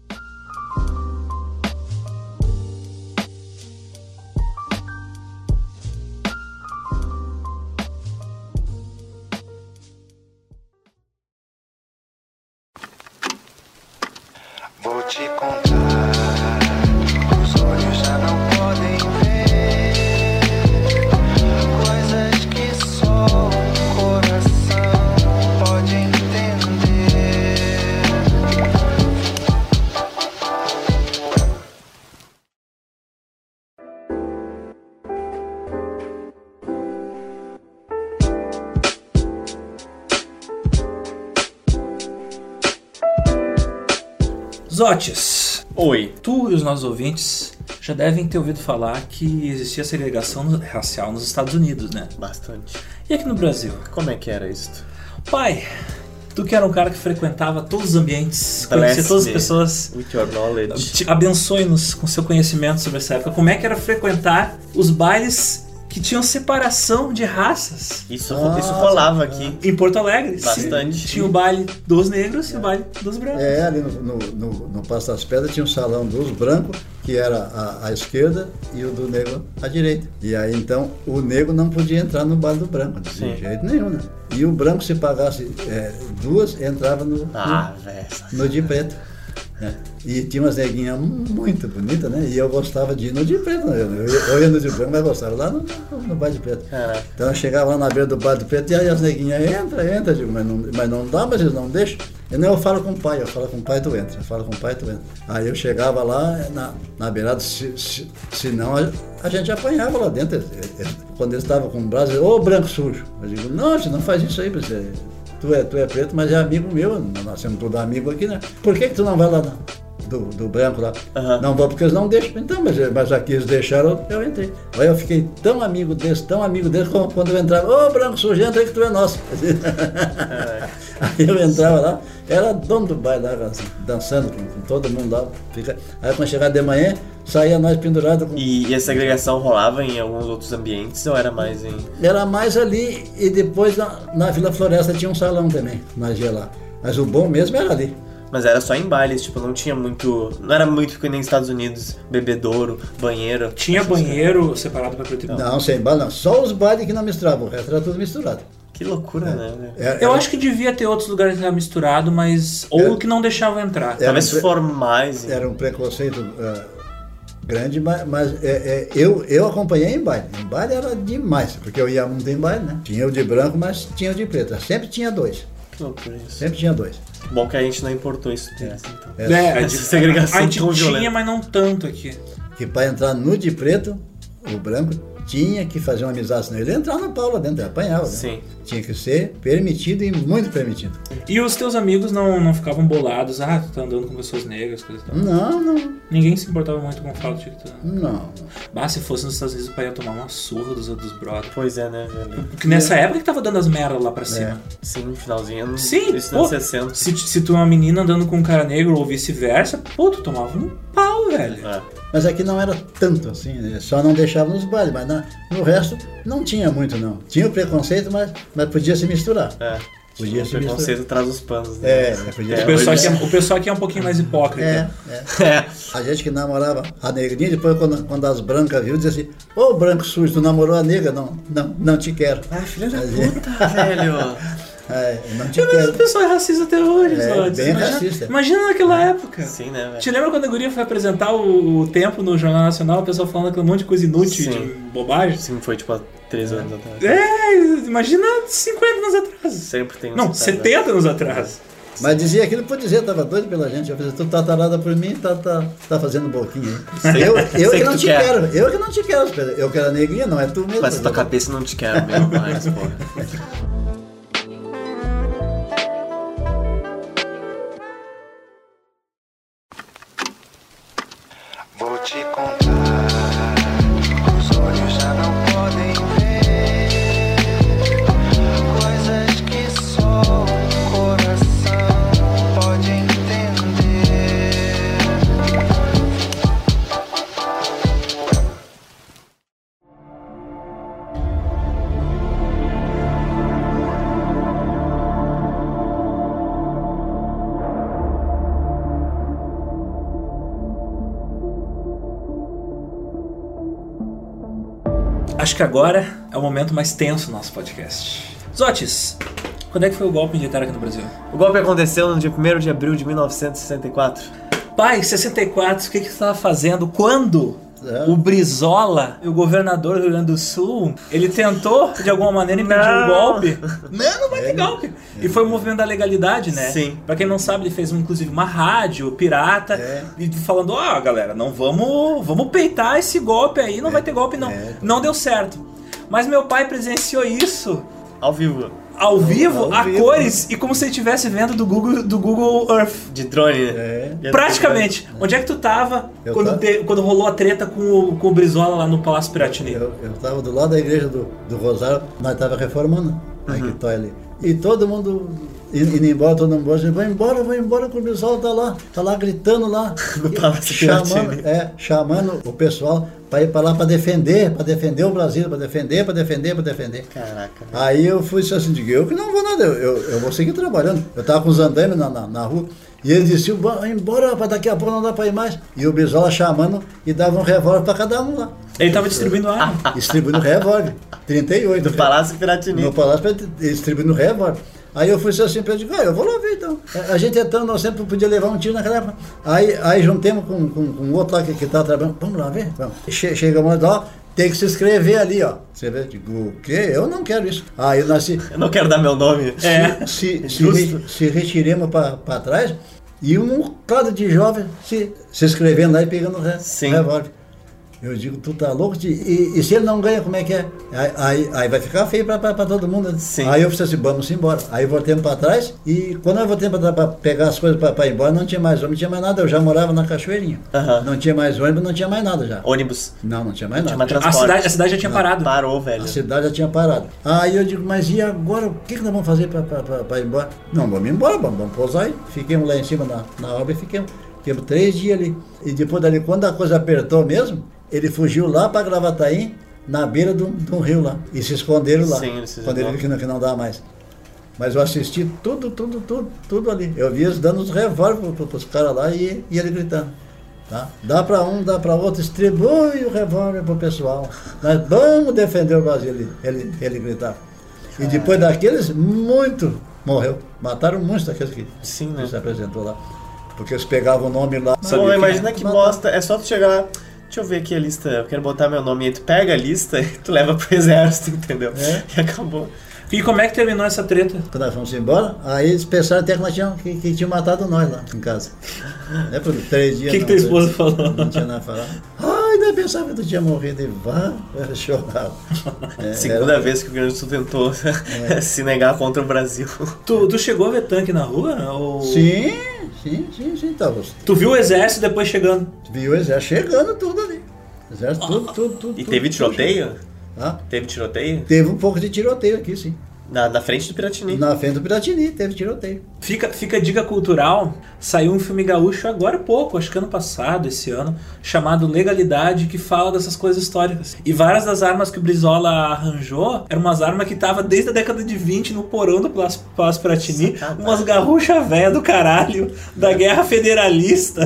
Vou te contar, os olhos já não podem ver coisas que só o coração pode entender. Zotes, Oi. tu e os nossos ouvintes já devem ter ouvido falar que existia segregação racial nos Estados Unidos, né? Bastante. E aqui no Brasil? Como é que era isso? Pai, tu que era um cara que frequentava todos os ambientes, Bless conhecia todas as me. pessoas, With your knowledge. te- abençoe-nos com seu conhecimento sobre essa época. Como é que era frequentar os bailes que tinham separação de raças? Isso, Nossa, isso rolava aqui. Em Porto Alegre, Bastante. sim. Tinha o baile dos negros e o baile dos brancos. É, ali no, no, no, no Passo das Pedras tinha um salão dos brancos, que era a, a esquerda, e o do negro à direita. E aí então o negro não podia entrar no baile do branco, de Sim. jeito nenhum, né? E o branco, se pagasse é, duas, entrava no, Ah, velho. no, no de preto. Né? E tinha umas neguinhas muito bonitas, né? E eu gostava de ir no de preto, né? Eu, ia- eu ia no de branco, mas gostava lá no, no, no baile de preto. Caraca. Então eu chegava lá na beira do baile de preto e aí as neguinhas, entra, entra, eu digo, mas não, mas não dá, mas eles não deixam. Eu não, eu falo com o pai, eu falo com o pai, tu entra, eu falo com o pai, tu entra. Aí eu chegava lá na, na beirada, se, se, se não, a, a gente apanhava lá dentro. Eles- eles- Quando eles estavam com o braço, ô branco sujo. Eu digo, não, você não faz isso aí, você, tu, é, tu é preto, mas é amigo meu, nós somos todos amigos aqui, né? Por que que tu não vai lá na, do, do branco lá? Aham. Não vou porque eles não deixam. Então, mas, mas aqui eles deixaram, eu entrei. Aí eu fiquei tão amigo desse, tão amigo desse, como quando eu entrava, ô branco sujo, entra aí que tu é nosso. Aí eu entrava lá, era dono do baile lá, assim, dançando com, com todo mundo lá. Fica... Aí quando chegava de manhã, saía nós pendurados com. E, e a segregação rolava em alguns outros ambientes ou era mais em... Era mais ali e depois na, na Vila Floresta tinha um salão também, nós ia lá. Mas o bom mesmo era ali. Mas era só em bailes, tipo, não tinha muito... Não era muito que nem nos Estados Unidos, bebedouro, banheiro. Tinha banheiro separado pra preto e branco. Não, sem baile não. Só os bailes que não misturavam, o resto era tudo misturado. Que loucura, né? velho? Era- Eu era- acho que devia ter outros lugares que era misturado, mas. Ou Era- que não deixavam entrar. era Talvez um pre- formais. Era um preconceito ah, grande, mas, mas, é, é, eu, eu acompanhei em baile. Em baile era demais, porque eu ia muito em baile, né? Tinha o de branco, mas tinha o de preto. Sempre tinha dois. Que loucura isso. Sempre tinha dois. Bom que a gente não importou isso dessa, então. É, É, a Essa gente, segregação a gente tão tinha, violenta. mas não tanto aqui. Que para entrar no de preto, o branco tinha que fazer uma amizade, senão ele ia entrar no pau lá dentro, ele apanhava. Né? Sim. Tinha que ser permitido e muito permitido. E os teus amigos não, não ficavam bolados, ah, tu tá andando com pessoas negras, coisa e tal. Não, não, Ninguém se importava muito com o fato de que tu. não. Bah, se fosse nos Estados Unidos, o pai ia tomar uma surra dos outros brothers. Pois é, né, velho? Porque nessa época que tava dando as merdas lá pra cima. Sim, no finalzinho. Sim, Isso pô, nos sessenta. se, se tu é uma menina andando com um cara negro ou vice-versa, pô, tu tomava um pau, velho. É. Mas aqui não era tanto assim, né? Só não deixava nos bailes, mas na- no resto não tinha muito não. Tinha o preconceito, mas, mas podia se misturar. É. Podia o se preconceito misturar. traz os panos, né? É, podia É, se O pessoal, hoje- aqui é, o pessoal aqui é um pouquinho mais hipócrita. É, é. É. A gente que namorava a negrinha, depois quando, quando as brancas viu, dizia assim, ô branco sujo, tu namorou a negra? Não, não, não te quero. Ah, filha da Mas é. puta, velho. É, não te Mas o quero. pessoal é racista até hoje, É, Zotes. bem imagina, racista. Imagina naquela época. Sim, né, velho? Te lembra quando a guria foi apresentar o, o tempo no Jornal Nacional, o pessoal falando aquele monte de coisa inútil, Sim. de bobagem? Sim, foi tipo há três anos atrás. É, imagina cinquenta anos atrás. Sempre tem uns Não, que tá- setenta anos atrás. Mas dizia aquilo por dizer, tava doido pela gente. Eu falei, tu tá tarada por mim, tá, tá, tá fazendo boquinha aí. Eu, eu Sei que que não tu te quer. quero, eu que não te quero. Eu quero a negrinha, não é tu mesmo. Mas tua cabeça não te quer mesmo mais, porra. Vou te contar, os olhos já não podem ver coisas que só o coração pode entender. Acho que agora é o momento mais tenso do nosso podcast. Zotes, quando é que foi o golpe militar aqui no Brasil? O golpe aconteceu no dia primeiro de abril de mil novecentos e sessenta e quatro. Pai, sessenta e quatro, o que que você estava fazendo? Quando É. o Brizola, o governador do Rio Grande do Sul, ele tentou, de alguma maneira, impedir Não. o golpe? Não, não vai ter golpe. E foi o movimento da legalidade, né? Sim. Pra quem não sabe, ele fez, inclusive, uma rádio pirata, É. e falando, ó, galera, não vamos, vamos peitar esse golpe aí, não vai ter golpe, não. É. Não deu certo. Mas meu pai presenciou isso Ao vivo. ao vivo, Ao a vivo. cores, e como se ele estivesse vendo do Google, do Google Earth. De drone, né? É. E a- Praticamente. Onde é que tu tava Eu quando, tava- te- quando rolou a treta com o, com o Brizola lá no Palácio Piratini? Eu, eu tava do lado da igreja do, do Rosário, nós tava reformando a Quitóia ali. E todo mundo indo indo embora, todo mundo embora, vai embora, vai embora, que o pessoal tá lá, tá lá gritando lá. No Palácio chamando, Piratini. é, chamando o pessoal para ir para lá para defender, para defender o Brasil, para defender, para defender, para defender. Caraca. Aí eu fui assim, digo, eu que não vou nada, eu, eu, eu vou seguir trabalhando. Eu tava com os andames na, na, na rua, e ele disse, vai embora, rapaz, daqui a pouco não dá para ir mais. E o Brizola chamando e dava um revólver para cada um lá. Ele tava distribuindo arma. Distribuindo revólver, trinta e oito. Do Palácio Piratini. No Palácio, distribuindo revólver. Aí eu fui assim, eu digo, ah, eu vou lá ver então. A gente é tão, nós sempre podia levar um tiro naquela época. Aí, aí juntemos com, com, com outro lá que, que tava trabalhando, vamos lá ver, vamos. Che, chegamos lá, tem que se inscrever ali, ó. Você vê, digo, o quê? Eu não quero isso. Aí nós se, Eu não quero dar meu nome. É. se, se, Justo. re, se retiremos para trás e um bocado de jovem se, se inscrevendo lá e pegando o re, Sim. revólver. Eu digo, tu tá louco? De, e, e se ele não ganha, como é que é? Aí, aí, aí vai ficar feio pra, pra, pra todo mundo. Né? Sim. Aí eu falei assim, vamos embora. Aí voltemos pra trás e quando eu voltei pra, trás pra pegar as coisas pra, pra ir embora, não tinha mais ônibus, não tinha mais nada. Eu já morava na Cachoeirinha. Aham. Não tinha mais ônibus, não tinha mais nada já. Ônibus. Não, não tinha mais Tinha nada. mais A transporte. cidade, a cidade já tinha parado. Parou, velho. A cidade já tinha parado. Aí eu digo, mas e agora? O que, que nós vamos fazer para ir embora? Não, vamos embora, vamos, vamos pousar aí. Fiquemos lá em cima na, na obra e fiquemos. Fiquemos três dias ali. E depois dali, quando a coisa apertou mesmo, ele fugiu lá para Gravataí, na beira de um, de um rio lá. E se esconderam lá. Sim, ele se quando ele viu que não, que não dá mais. Mas eu assisti tudo, tudo, tudo, tudo ali. Eu vi eles dando os revólveres para os caras lá e, e ele gritando. Tá? Dá para um, dá para outro, distribui o revólver para o pessoal. Nós vamos defender o Brasil, ele, ele, ele gritava. E depois daqueles, muito morreu. Mataram muitos daqueles que, Sim, que né? se apresentou lá. Porque eles pegavam o nome lá. Pô, sabia imagina quem- que bosta. É só tu chegar lá. Deixa eu ver aqui a lista. Eu quero botar meu nome. E aí tu pega a lista e tu leva pro exército, entendeu? É. E acabou. E como é que terminou essa treta? Quando nós fomos embora, aí eles pensaram até que nós tínhamos, que, que tinham matado nós lá em casa. É por três O dias. que, que não, tua esposa falou? Não tinha nada a falar. Ai, ainda pensava que tu tinha morrido e vá, eu chorava. É, Segunda era- vez que o Rio Grande do Sul tentou se negar contra o Brasil. Tu, tu chegou a ver tanque na rua? Ou... Sim, sim, sim, sim. Tava, Tu viu o exército depois chegando? viu o exército chegando tudo ali. Exército, tudo, tudo, tudo. E tudo, teve tudo tiroteio? chegando. Ah, Teve tiroteio? teve um pouco de tiroteio aqui, sim. Na, na frente do Piratini. Na frente do Piratini teve tiroteio. Fica, fica a dica cultural, saiu um filme gaúcho agora há pouco, acho que ano passado, esse ano, chamado Legalidade, que fala dessas coisas históricas. E várias das armas que o Brizola arranjou eram umas armas que estavam desde a década de vinte no porão do Palácio Palácio Piratini, Sacanagem. umas garruchas velhas do caralho, da Guerra Federalista.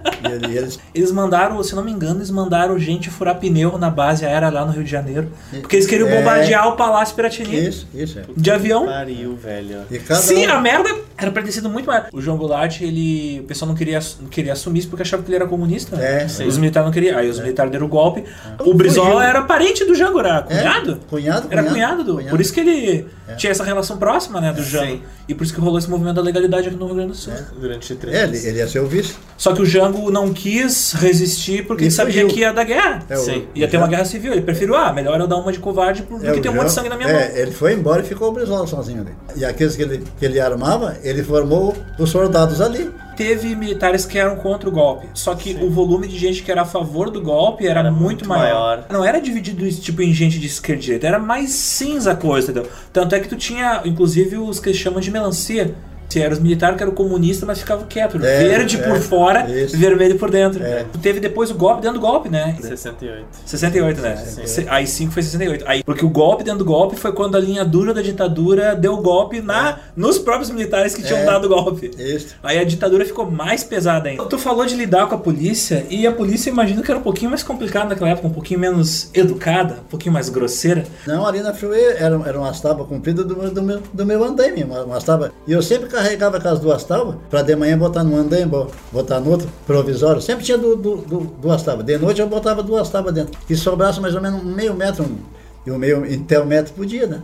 E ele- eles, Eles mandaram, se não me engano, eles mandaram gente furar pneu na base aérea lá no Rio de Janeiro. Porque eles queriam É. bombardear o Palácio Piratini isso, isso. É. de avião. Pariu, velho. E cada Sim, um- a merda era pra ter sido muito maior. O João Goulart, ele, o pessoal não queria, não queria assumir isso porque achava que ele era comunista. É, Os sim. militares não queriam. Aí os militares deram o golpe. O Brizola Fugiu. era parente do Jango, era É, cunhado? cunhado, Era cunhado, cunhado do. cunhado. Por isso que ele É. tinha essa relação próxima, né, do Jango. Sim. E por isso que rolou esse movimento da legalidade aqui no Rio Grande do Sul. Durante três É, ele, ele ia ser o vice. Só que o Jango não quis resistir porque E ele sabia fugiu. que ia dar guerra. É, o- Sim. Ia ter uma guerra civil. Ele preferiu, ah, melhor eu dar uma de covarde do É, que o ter um monte de João- sangue na minha é, mão. ele foi embora e ficou o Brizola sozinho ali. E aqueles que ele, que ele armava, ele formou os soldados ali. Teve militares que eram contra o golpe. Só que o volume de gente que era a favor do golpe era, Era muito, muito maior. maior. Não era dividido isso, tipo em gente de esquerda e direita. Era mais cinza a coisa, entendeu? Tanto é que tu tinha, inclusive, os que eles chamam de melancia. Que eram os militares que eram comunistas, mas ficavam quietos. É, Verde é, por fora, isso. vermelho por dentro. É. Teve depois o golpe dentro do golpe, né? sessenta e oito. sessenta e oito, né? Sim. Se- Aí cinco foi sessenta e oito. Aí, porque o golpe dentro do golpe foi quando a linha dura da ditadura deu golpe na, nos próprios militares que tinham É. dado o golpe. Isso. Aí a ditadura ficou mais pesada ainda. Tu falou de lidar com a polícia, e a polícia, imagino que era um pouquinho mais complicada naquela época, um pouquinho menos educada, um pouquinho mais grosseira. Não, ali na Freeway era, era umas tábuas compridas do, do, meu, do meu andaime, uma- umas tábuas. E eu sempre carregava com as duas tábuas, para de manhã botar no andaime, bo- botar no outro, provisório. Sempre tinha du, du, du- duas tábuas. De noite eu botava duas tábuas dentro. Que sobrasse mais ou menos um meio metro, um, e um meio, até um metro por dia, né?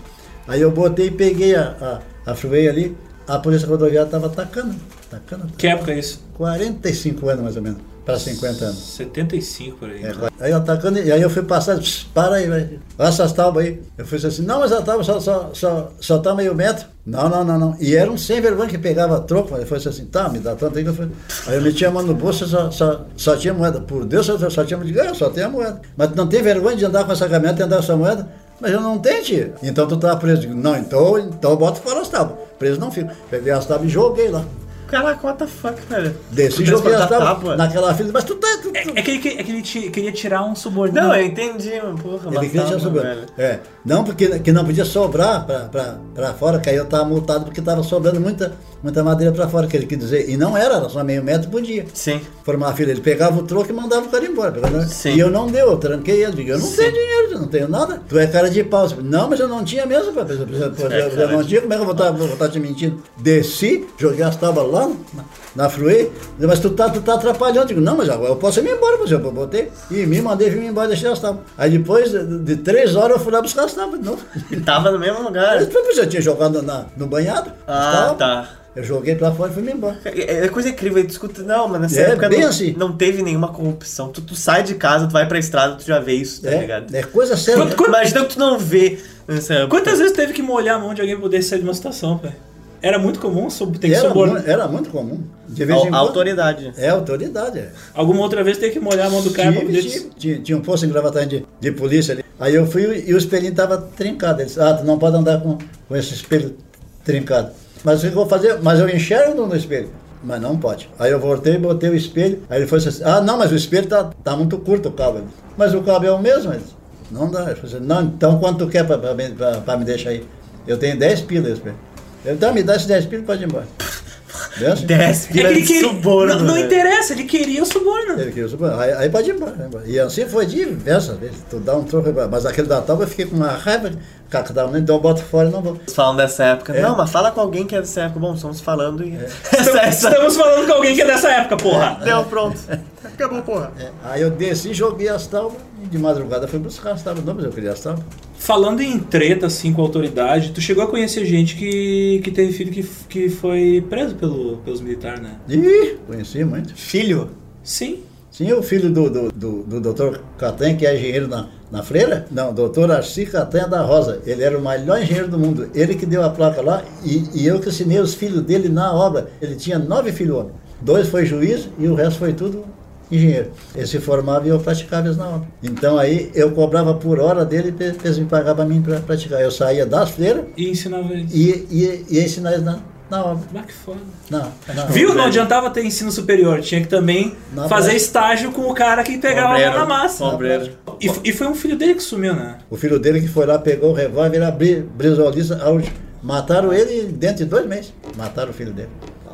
Aí eu botei e peguei a, a, a Freeway ali, a polícia rodoviária estava atacando, atacando. Que época é isso? quarenta e cinco anos mais ou menos, para cinquenta anos. setenta e cinco por aí. É, aí atacando, e aí eu fui passar, pss, para aí, vai. Essas tábuas aí. Eu fui assim, não, mas a tábua só, só, só, só tá meio metro. Não, não, não, não. E era um sem vergonha que pegava troco, mas ele foi assim, tá, me dá tanto aí que eu fui. Aí eu meti a mão no bolso e só, só, só tinha moeda. Por Deus, eu só tinha moeda. Eu só tenho a moeda. Mas tu não tem vergonha de andar com essa caminhonete e andar com essa moeda? Mas eu não tenho, tia. Então tu tá preso. Eu digo, não, então, então eu boto fora as tábuas. Preso não fico. Peguei as tábuas e joguei lá. Caraca, what the fuck, velho? Desci e Tu joguei as transportar tábuas naquela fila. Mas tu tá... Tu, tu, É, é que ele, é que ele ti- queria tirar um suborno. Não, eu entendi, mano. Porra, Ele queria matava, tirar sobrando. velho. É. Não, porque que não podia sobrar pra, pra, pra fora, que aí eu tava multado porque tava sobrando muita, muita madeira pra fora, que ele quis dizer. E não era, era só meio metro por dia. Sim. Formar a fila, ele pegava o troco e mandava o cara embora. Pegava- Sim. E eu não deu, eu tranquei ele. Digo, eu não Sim. tenho dinheiro, eu não tenho nada. Tu é cara de pau. Eu, não, mas eu não tinha mesmo, papai. Eu, eu, eu, É eu cara não de- tinha, como é que eu vou estar vou estar te mentindo? Desci, joguei as tábuas lá na, na Freeway, mas tu tá, tu tá atrapalhando. Digo, não, mas agora eu posso ir embora, mas eu botei. E me mandei vir embora e deixei as tábuas. Aí depois de, de três horas eu fui lá buscar as tábuas de novo. E tava no mesmo lugar. Mas depois eu tinha jogado na, no banhado. as Ah, tábuas. tá. Eu joguei pra fora e fui me embora. É é coisa incrível, tu escuta, não, mas nessa É, época bem não, assim. não teve nenhuma corrupção. Tu, tu sai de casa, tu vai pra estrada, tu já vê isso, tá ligado? É, é coisa séria. Quanto- quanto- Imagina que tu não vê nessa época. Quantas vezes teve que molhar a mão de alguém pra poder sair de uma situação, pai? Era muito comum sob- ter que Era, suborno. mu- era muito comum. De vez em A, quando. a autoridade. É, autoridade. É. Alguma outra vez teve que molhar a mão do cara pra Tive, poder... tive. Tinha, tinha um posto em Gravataí de, de polícia ali. Aí eu fui e o espelhinho estava trincado. Ele disse, ah, tu não pode andar com, com esse espelho trincado. Mas o que eu vou fazer? Mas eu enxergo no, no espelho. Mas não pode. Aí eu voltei e botei o espelho. Aí ele foi assim, ah, não, mas o espelho tá, tá muito curto o cabo. Ele disse, mas o cabo é o mesmo? Ele disse, não dá. Eu falei assim, não, então quanto tu quer para me deixar aí? Eu tenho dez pilas esse espelho. Ele, tá, me dá esses dez pilas e pode ir embora. Bem assim. dez É pila que ele de queria... suborno. não, não velho. interessa, ele queria o suborno. Ele queria subir. Aí, aí pode ir embora, vai embora. E assim foi diversas vezes. Tu dá um troco, mas aquele da tábua eu fiquei com uma raiva. Cada um, então eu boto fora e não vou. Falam dessa época. É. Não, mas fala com alguém que é dessa época. Bom, estamos falando e. Estamos falando com alguém que é dessa época, porra. Deu, pronto. Acabou, porra. É. Aí eu desci, joguei as tábuas e de madrugada fui buscar as tábuas. Não, mas eu queria as tábuas. Falando em treta, assim, com a autoridade, tu chegou a conhecer gente que, que teve filho que, que foi preso pelo, pelos militares, né? Ih, conheci muito. Filho? Sim. Sim, o filho do, do, do, do doutor Catanha, que é engenheiro na, na Freira. Não, doutor Arci Catanha da Rosa. Ele era o melhor engenheiro do mundo. Ele que deu a placa lá e, e eu que ensinei os filhos dele na obra. Ele tinha nove filhos homens. Dois foi juiz e o resto foi tudo engenheiro. Ele se formava e eu praticava isso na obra. Então aí eu cobrava por hora dele e eles me pagavam para mim para praticar. Eu saía das freiras E ensinava eles. e ia, ia ensinar eles na, na obra. Ah, que foda. Na, na Viu? Não velho. adiantava ter ensino superior. Tinha que também Na fazer prática. estágio com o cara que pegava a mão na massa. Obreiro. E, f- e foi um filho dele que sumiu, né? O filho dele que foi lá, pegou o revólver, abri, brisolista, a última. Mataram ele dentro de dois meses. Mataram o filho dele.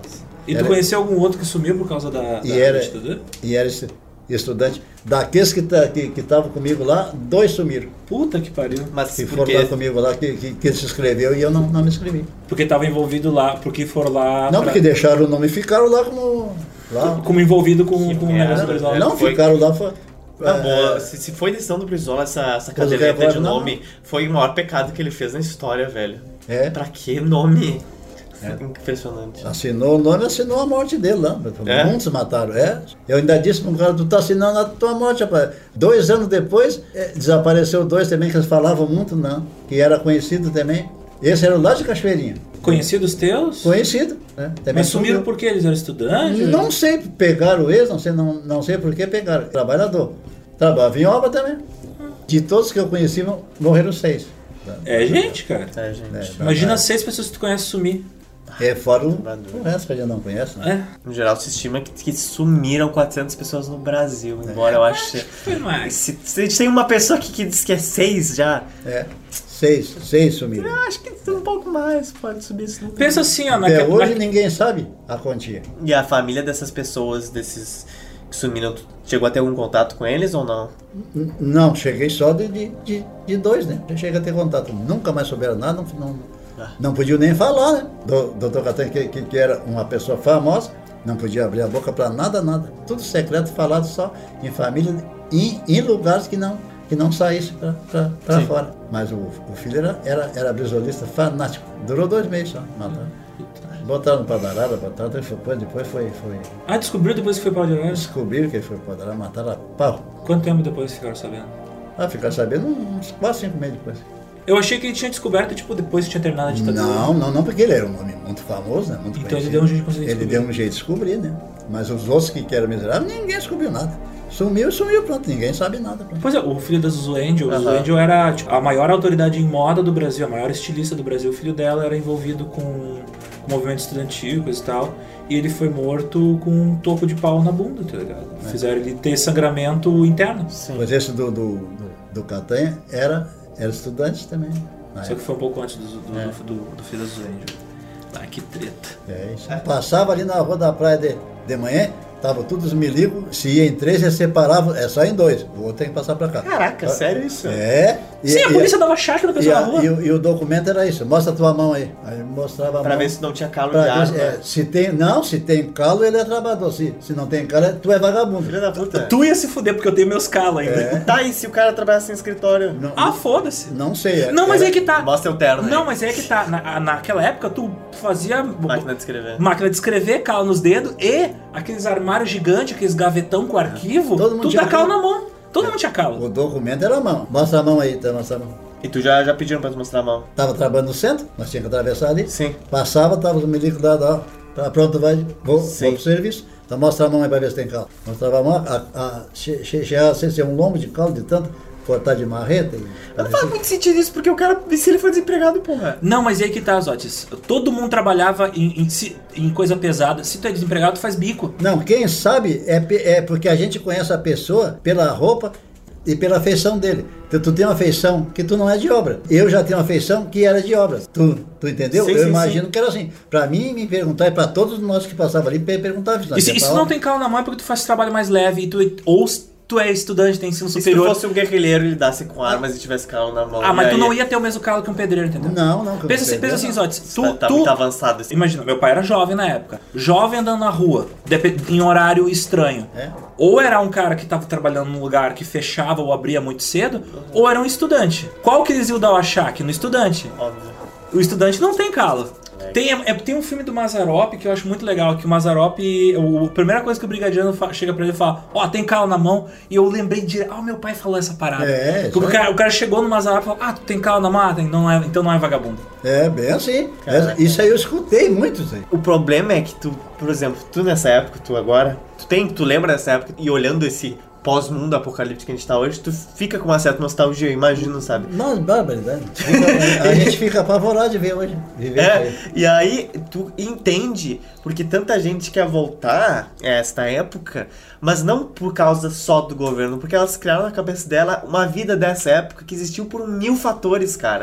E tu Era- conheceu algum outro que sumiu por causa da, E da era- ditadura? E era esse estudante. Daqueles que tá- que que estavam comigo lá, dois sumiram. Puta que pariu. Mas Que por foram quê? lá comigo lá, que, que, que ele se inscreveu e eu não, não me inscrevi. Porque tava envolvido lá, porque foram lá... Não, pra- porque deixaram o nome e ficaram lá como... Lá. Como envolvido com, Que com o merda. negócio do Brizola. Não, foi- ficaram lá... Foi, Tá é, boa. Se, se foi decisão do Brizola essa, essa Coisa que caderneta agora de não. nome, foi o maior pecado que ele fez na história, velho. É. Pra que nome? Impressionante. Assinou o nome, assinou a morte dele lá. É? Muitos mataram. É. Eu ainda disse para um cara, tu tá assinando a tua morte, rapaz. Dois anos depois, é, desapareceu dois também, que eles falavam muito, não. Que era conhecido também. Esse era lá de Cachoeirinha. Conhecidos teus? Conhecido. Né? Também Mas sumiram sumiu. porque eles eram estudantes? Não sei, pegaram eles, não sei, não, não sei por que pegaram. Trabalhador. Trabalhava em obra também. De todos que eu conheci, morreram seis. É gente, cara. É, gente. É, Imagina verdade. seis pessoas que tu conhece sumir. É fora o, o resto que a gente não conhece, né? É. No geral, se estima que, que sumiram quatrocentas pessoas no Brasil, embora eu ache... Foi mais. Se, se a gente tem uma pessoa aqui que diz que é seis já, É. Seis, seis sumiram. eu acho que tem um pouco mais, pode subir isso. Não tem. Pensa assim, ó. Até naque- hoje naque- ninguém sabe a quantia. E a família dessas pessoas, desses que sumiram, tu chegou a ter algum contato com eles ou não? N- Não, cheguei só de, de, de, de dois, né? Eu cheguei a ter contato. Nunca mais souberam nada, não, não, Ah. não podiam nem falar, né? Do doutor Catanha, que, que, que era uma pessoa famosa, não podia abrir a boca para nada, nada. Tudo secreto, falado só em família, em, em lugares que não, que não saísse para Sim. fora. Mas o, o filho era, era, era brisolista fanático. Durou dois meses só, mataram. Botaram no padarada, botaram, depois, depois foi, foi. Ah, descobriu depois que foi pau de arara? Descobriram que ele foi padarada, mataram a pau. Quanto tempo depois ficaram sabendo? Ah, ficar sabendo uns quase cinco meses depois. Eu achei que ele tinha descoberto, tipo, depois que tinha terminado a ditadura. Não, não, não, porque ele era um nome muito famoso, né? Muito Então ele conhecido. deu um jeito de conseguir Ele descobrir. deu um jeito de descobrir, né? Mas os outros que, que eram miseráveis, ninguém descobriu nada. Sumiu, sumiu, pronto, ninguém sabe nada. Pronto. Pois é, o filho da Zuzu Angel, o Zuzu Aham. Angel era tipo, a maior autoridade em moda do Brasil, a maior estilista do Brasil. O filho dela era envolvido com, com movimento estudantil, coisa e tal. E ele foi morto com um toco de pau na bunda, tá ligado? É. Fizeram ele ter sangramento interno. Sim. Pois esse do, do, do, do Catanha era, era estudante também. na Só que época. foi um pouco antes do, do, É. do, do, do filho da Zuzu Angel. Ah, que treta. É isso. Passava ali na rua da praia de, de manhã, tava todos os milicos, se ia em três, eles separavam, é só em dois, o outro tem que passar pra cá. Caraca, sério isso? É. E, Sim, a e- polícia dava charge na e, pessoa a- na rua. e o, e o documento era isso, mostra a tua mão aí. Aí mostrava a Pra mão. ver se não tinha calo Pra de ver arma. se- é, se tem, não, se tem calo, ele é trabalhador. Se, se não tem calo, é- tu é vagabundo. Filha da puta. Tu ia se fuder porque eu tenho meus calos ainda. É. Tá, e se o cara trabalhasse em escritório? Não, Ah, foda-se. não sei. é- Não, mas era- é que tá. Mostra o terno aí. Não, mas é que tá. Na, naquela época, tu fazia Máquina de escrever. máquina de escrever, calo nos dedos e aqueles armários gigantes, aqueles gavetão com arquivo, Todo mundo tu tinha dá calo calo. na mão. Todo mundo tinha calo. O documento era a mão. Mostra a mão aí, tá mostrando a mão. E tu já, já pediram pra tu mostrar a mão? Tava trabalhando no centro, nós tínhamos que atravessar ali. Sim. Passava, tava os milicos lá, ó, tá pronto, vai, vou, Sim. vou pro serviço. Então mostra a mão aí pra ver se tem calo. Mostrava a mão, a, a, che- che- chegava a ser ser um lombo de calo de tanto cortar de marreta. E, Não faz muito sentido isso, porque o cara, e se ele for desempregado, porra? Não, mas aí que tá, Zotis. Todo mundo trabalhava em, em, si- em coisa pesada. Se tu é desempregado, tu faz bico. Não, quem sabe é, pe- é porque a gente conhece a pessoa pela roupa e pela feição dele. Tu, tu tem uma feição que tu não é de obra. Eu já tenho uma feição que era de obra. Tu, tu entendeu? Sim, Eu sim, imagino sim. que era assim. Pra mim, me perguntar, e pra todos nós que passavam ali, per- perguntavam isso. E se, e se não tem calo na mão é porque tu faz trabalho mais leve. E tu, ou se tu é estudante, tem ensino E se tu superior. fosse um guerrilheiro e lidasse com armas e tivesse calo na mão? Ah, mas e tu aí? não ia ter o mesmo calo que um pedreiro, entendeu? Não, não. que eu Pensa assim, perdi, pensa assim, não. Zotis. Tu, Tá, tá tu, muito avançado esse. Imagina, meu pai era jovem na época. Jovem andando na rua, depe- em horário estranho. É. Ou era um cara que estava trabalhando num lugar que fechava ou abria muito cedo, ou era um estudante. Qual que eles iam dar o achaque? No estudante. Óbvio. O estudante não tem calo. Tem, é- tem um filme do Mazzaropi que eu acho muito legal, que o Mazzaropi, o, a primeira coisa que o brigadiano fa- chega pra ele e fala, ó, tem calo na mão, e eu lembrei de, ah, meu pai falou essa parada. É, Porque o isso cara, o cara chegou no Mazzaropi e falou, ah, tu tem calo na mão? Ah, tem, não é, então não é vagabundo. É, bem assim. Caraca. Essa- isso aí eu escutei muito. Isso aí. O problema é que tu, por exemplo, tu nessa época, tu agora, tu tem, tu lembra dessa época e olhando esse pós-mundo apocalíptico que a gente tá hoje, tu fica com uma certa nostalgia, eu imagino, sabe? Nossa, barbaridade. Fica- a gente fica apavorado de ver hoje. Viver isso É, aí. e aí tu entende porque tanta gente quer voltar a esta época, mas não por causa só do governo, porque elas criaram na cabeça dela uma vida dessa época que existiu por mil fatores, cara.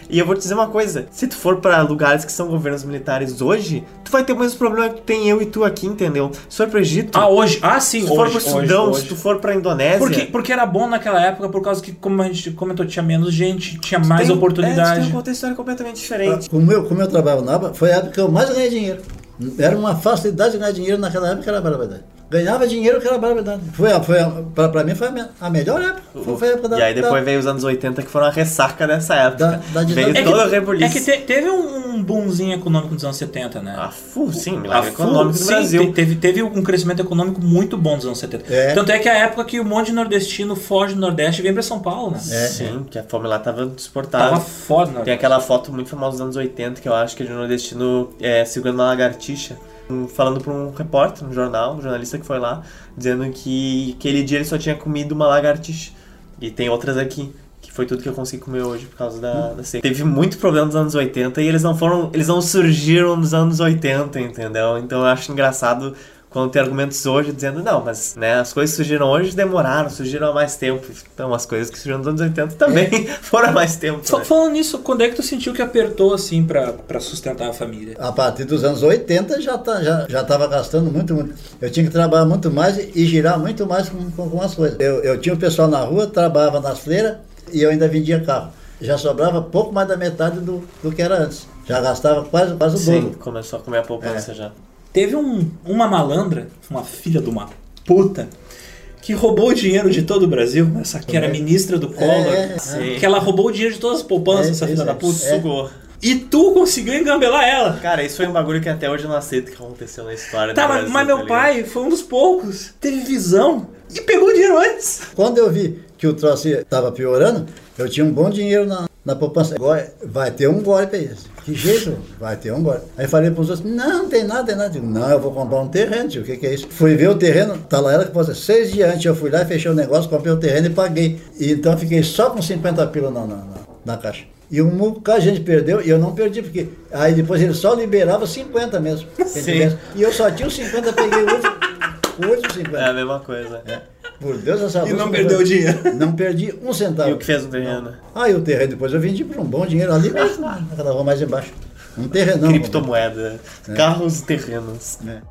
E eu vou te dizer uma coisa, se tu for pra lugares que são governos militares hoje, tu vai ter o mesmo problema que tu tem eu e tu aqui, entendeu? Se for pro Egito... Ah, hoje? Ah, sim, se tu hoje. for pro Sudão, hoje, hoje. se tu for pra Indonésia... Porque, porque era bom naquela época, por causa que, como a gente comentou, tinha menos gente, tinha mais tem, oportunidade. É, tu tem um contexto histórico completamente diferente. Como eu, como eu trabalhava na ABA, foi a época que eu mais ganhei dinheiro. Era uma facilidade de ganhar dinheiro naquela época, era barbaridade. Ganhava dinheiro que era barbaridade. Foi, a- foi a- pra, pra mim foi a, me- a melhor época. Foi, foi a época da, E aí depois da, veio os anos oitenta, que foram a ressaca dessa época. Da- da veio ditadura. todo o É rebuliço. que te- teve um boomzinho econômico nos anos setenta, né? Ah, fu, sim, A milagre Fu- econômico do sim, Brasil. te- Teve, teve um crescimento econômico muito bom nos anos setenta. É. Tanto é que é a época que um monte de nordestino foge do Nordeste e vem pra São Paulo, né? É. Sim, que a fome lá tava suportável. Tava foda, né? Tem aquela foto muito famosa dos anos oitenta, que eu acho que é de um nordestino é, segurando uma lagartixa, um, falando pra um repórter, um jornal, um jornalista que foi lá, dizendo que aquele dia ele só tinha comido uma lagartixa. E tem outras aqui, que foi tudo que eu consegui comer hoje por causa da, da seca. Teve muito problema nos anos oitenta e eles não foram, eles não surgiram nos anos oitenta, entendeu? Então eu acho engraçado quando tem argumentos hoje dizendo, não, mas né, as coisas que surgiram hoje demoraram, surgiram há mais tempo. Então as coisas que surgiram nos anos oitenta também foram há mais tempo. Fa- Né? Falando nisso, quando é que tu sentiu que apertou assim pra, pra sustentar a família? A partir dos anos oitenta já tá, já já estava gastando muito, muito. Eu tinha que trabalhar muito mais e, e girar muito mais com, com, com as coisas. Eu, eu tinha o pessoal na rua, trabalhava nas feiras e eu ainda vendia carro. Já sobrava pouco mais da metade do, do que era antes. Já gastava quase, quase o Sim, dobro. começou a comer a poupança É. já. Teve um, uma malandra, uma filha de uma puta, que roubou o dinheiro de todo o Brasil, essa que era ministra do Collor, É, é, sim. que ela roubou o dinheiro de todas as poupanças, É, essa isso filha é. da puta. É. Sugou. E tu conseguiu engambelar ela. Cara, isso foi um bagulho que até hoje eu não aceito que aconteceu na história Tá, do mas, Brasil, mas meu tá ligado? pai foi um dos poucos, teve visão e pegou o dinheiro antes. Quando eu vi que o troço estava piorando, eu tinha um bom dinheiro na, na poupança. Agora vai ter um golpe aí. Que jeito? Vai ter um golpe. Aí falei para os outros, não, não tem nada, tem nada. Digo, não, eu vou comprar um terreno, tio, o que, que é isso? Fui ver o terreno, tá lá, ela que fosse seis dias antes, eu fui lá, fechei o negócio, comprei o terreno e paguei. E então fiquei só com cinquenta pila na, na, na, na caixa. E um bocado a gente perdeu, e eu não perdi, porque aí depois ele só liberava cinquenta mesmo. quem Sim. tivesse. E eu só tinha os cinquenta, peguei o outro, o outro cinquenta. É a mesma coisa. Por Deus, essa E luz não que perdeu foi- o dinheiro. Não perdi um centavo. E o que fez no terreno? Aí o terreno depois eu vendi por um bom dinheiro ali mesmo, naquela rua mais embaixo. Um terrenão. Criptomoeda. Carros e terrenos. É.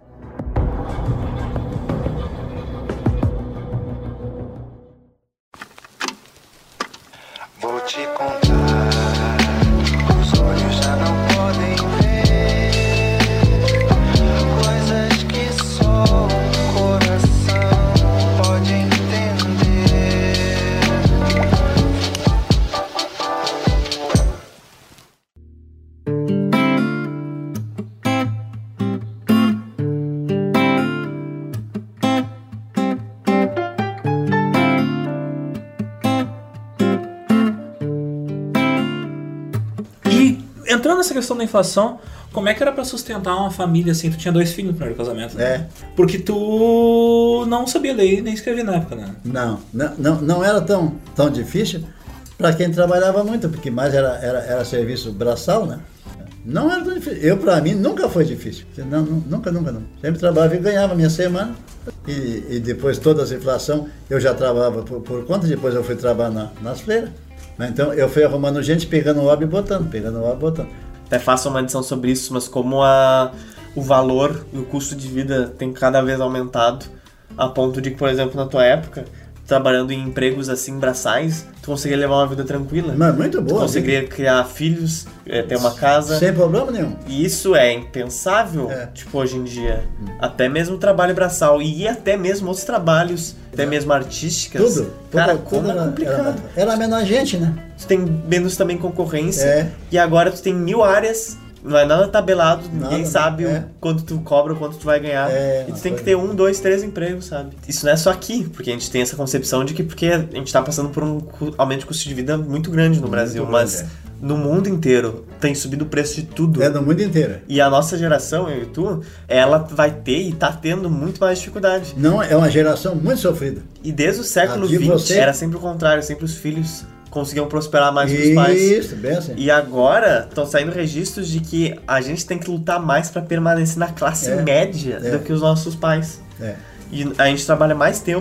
Vou te contar, os olhos já não podem ver coisas que só o coração pode entender. E entrando nessa questão da inflação, como é que era pra sustentar uma família assim? Tu tinha dois filhos no primeiro casamento, né? É. Porque tu não sabia ler nem escrever na época, né? Não, não, não, não era tão, tão difícil para quem trabalhava muito, porque mais era, era, era serviço braçal, né? Não era tão difícil. Eu, para mim, nunca foi difícil. Não, não, nunca, nunca, não. Sempre trabalhava e ganhava minha semana. E, e depois toda essa inflação, eu já trabalhava por, por conta, depois eu fui trabalhar na, nas feiras. Então eu fui arrumando gente, pegando o obra e botando, pegando o obra e botando. Até faço uma edição sobre isso, mas como a, o valor e o custo de vida tem cada vez aumentado, a ponto de que, por exemplo, na tua época, trabalhando em empregos assim, braçais, tu conseguia levar uma vida tranquila. Mas muito Tu boa. conseguiria criar filhos, eh, ter uma casa. Sem problema nenhum. E isso é impensável, É. tipo, hoje em dia. Até mesmo o trabalho braçal e até mesmo outros trabalhos, até mesmo artísticas. Tudo. Cara, tudo, como tudo é era, complicado. era, era menor gente, né? Tu tem menos também concorrência. É. E agora tu tem mil áreas, não é nada tabelado, ninguém Nada, sabe é. o quanto tu cobra, o quanto tu vai ganhar. É, e tu uma tem que coisa- ter um, dois, três empregos, sabe? Isso não é só aqui, porque a gente tem essa concepção de que porque a gente tá passando por um cu- aumento de custo de vida muito grande no Muito Brasil, grande, mas é. no mundo inteiro tem subido o preço de tudo. É no mundo inteiro. E a nossa geração, eu e tu, ela vai ter e tá tendo muito mais dificuldade. Não, é uma geração muito sofrida. E desde o século Aqui vinte você- era sempre o contrário, sempre os filhos conseguiam prosperar mais que os pais. Isso, bem assim. E agora estão saindo registros de que a gente tem que lutar mais para permanecer na classe É, média é. do que os nossos pais. É. E a gente trabalha mais tempo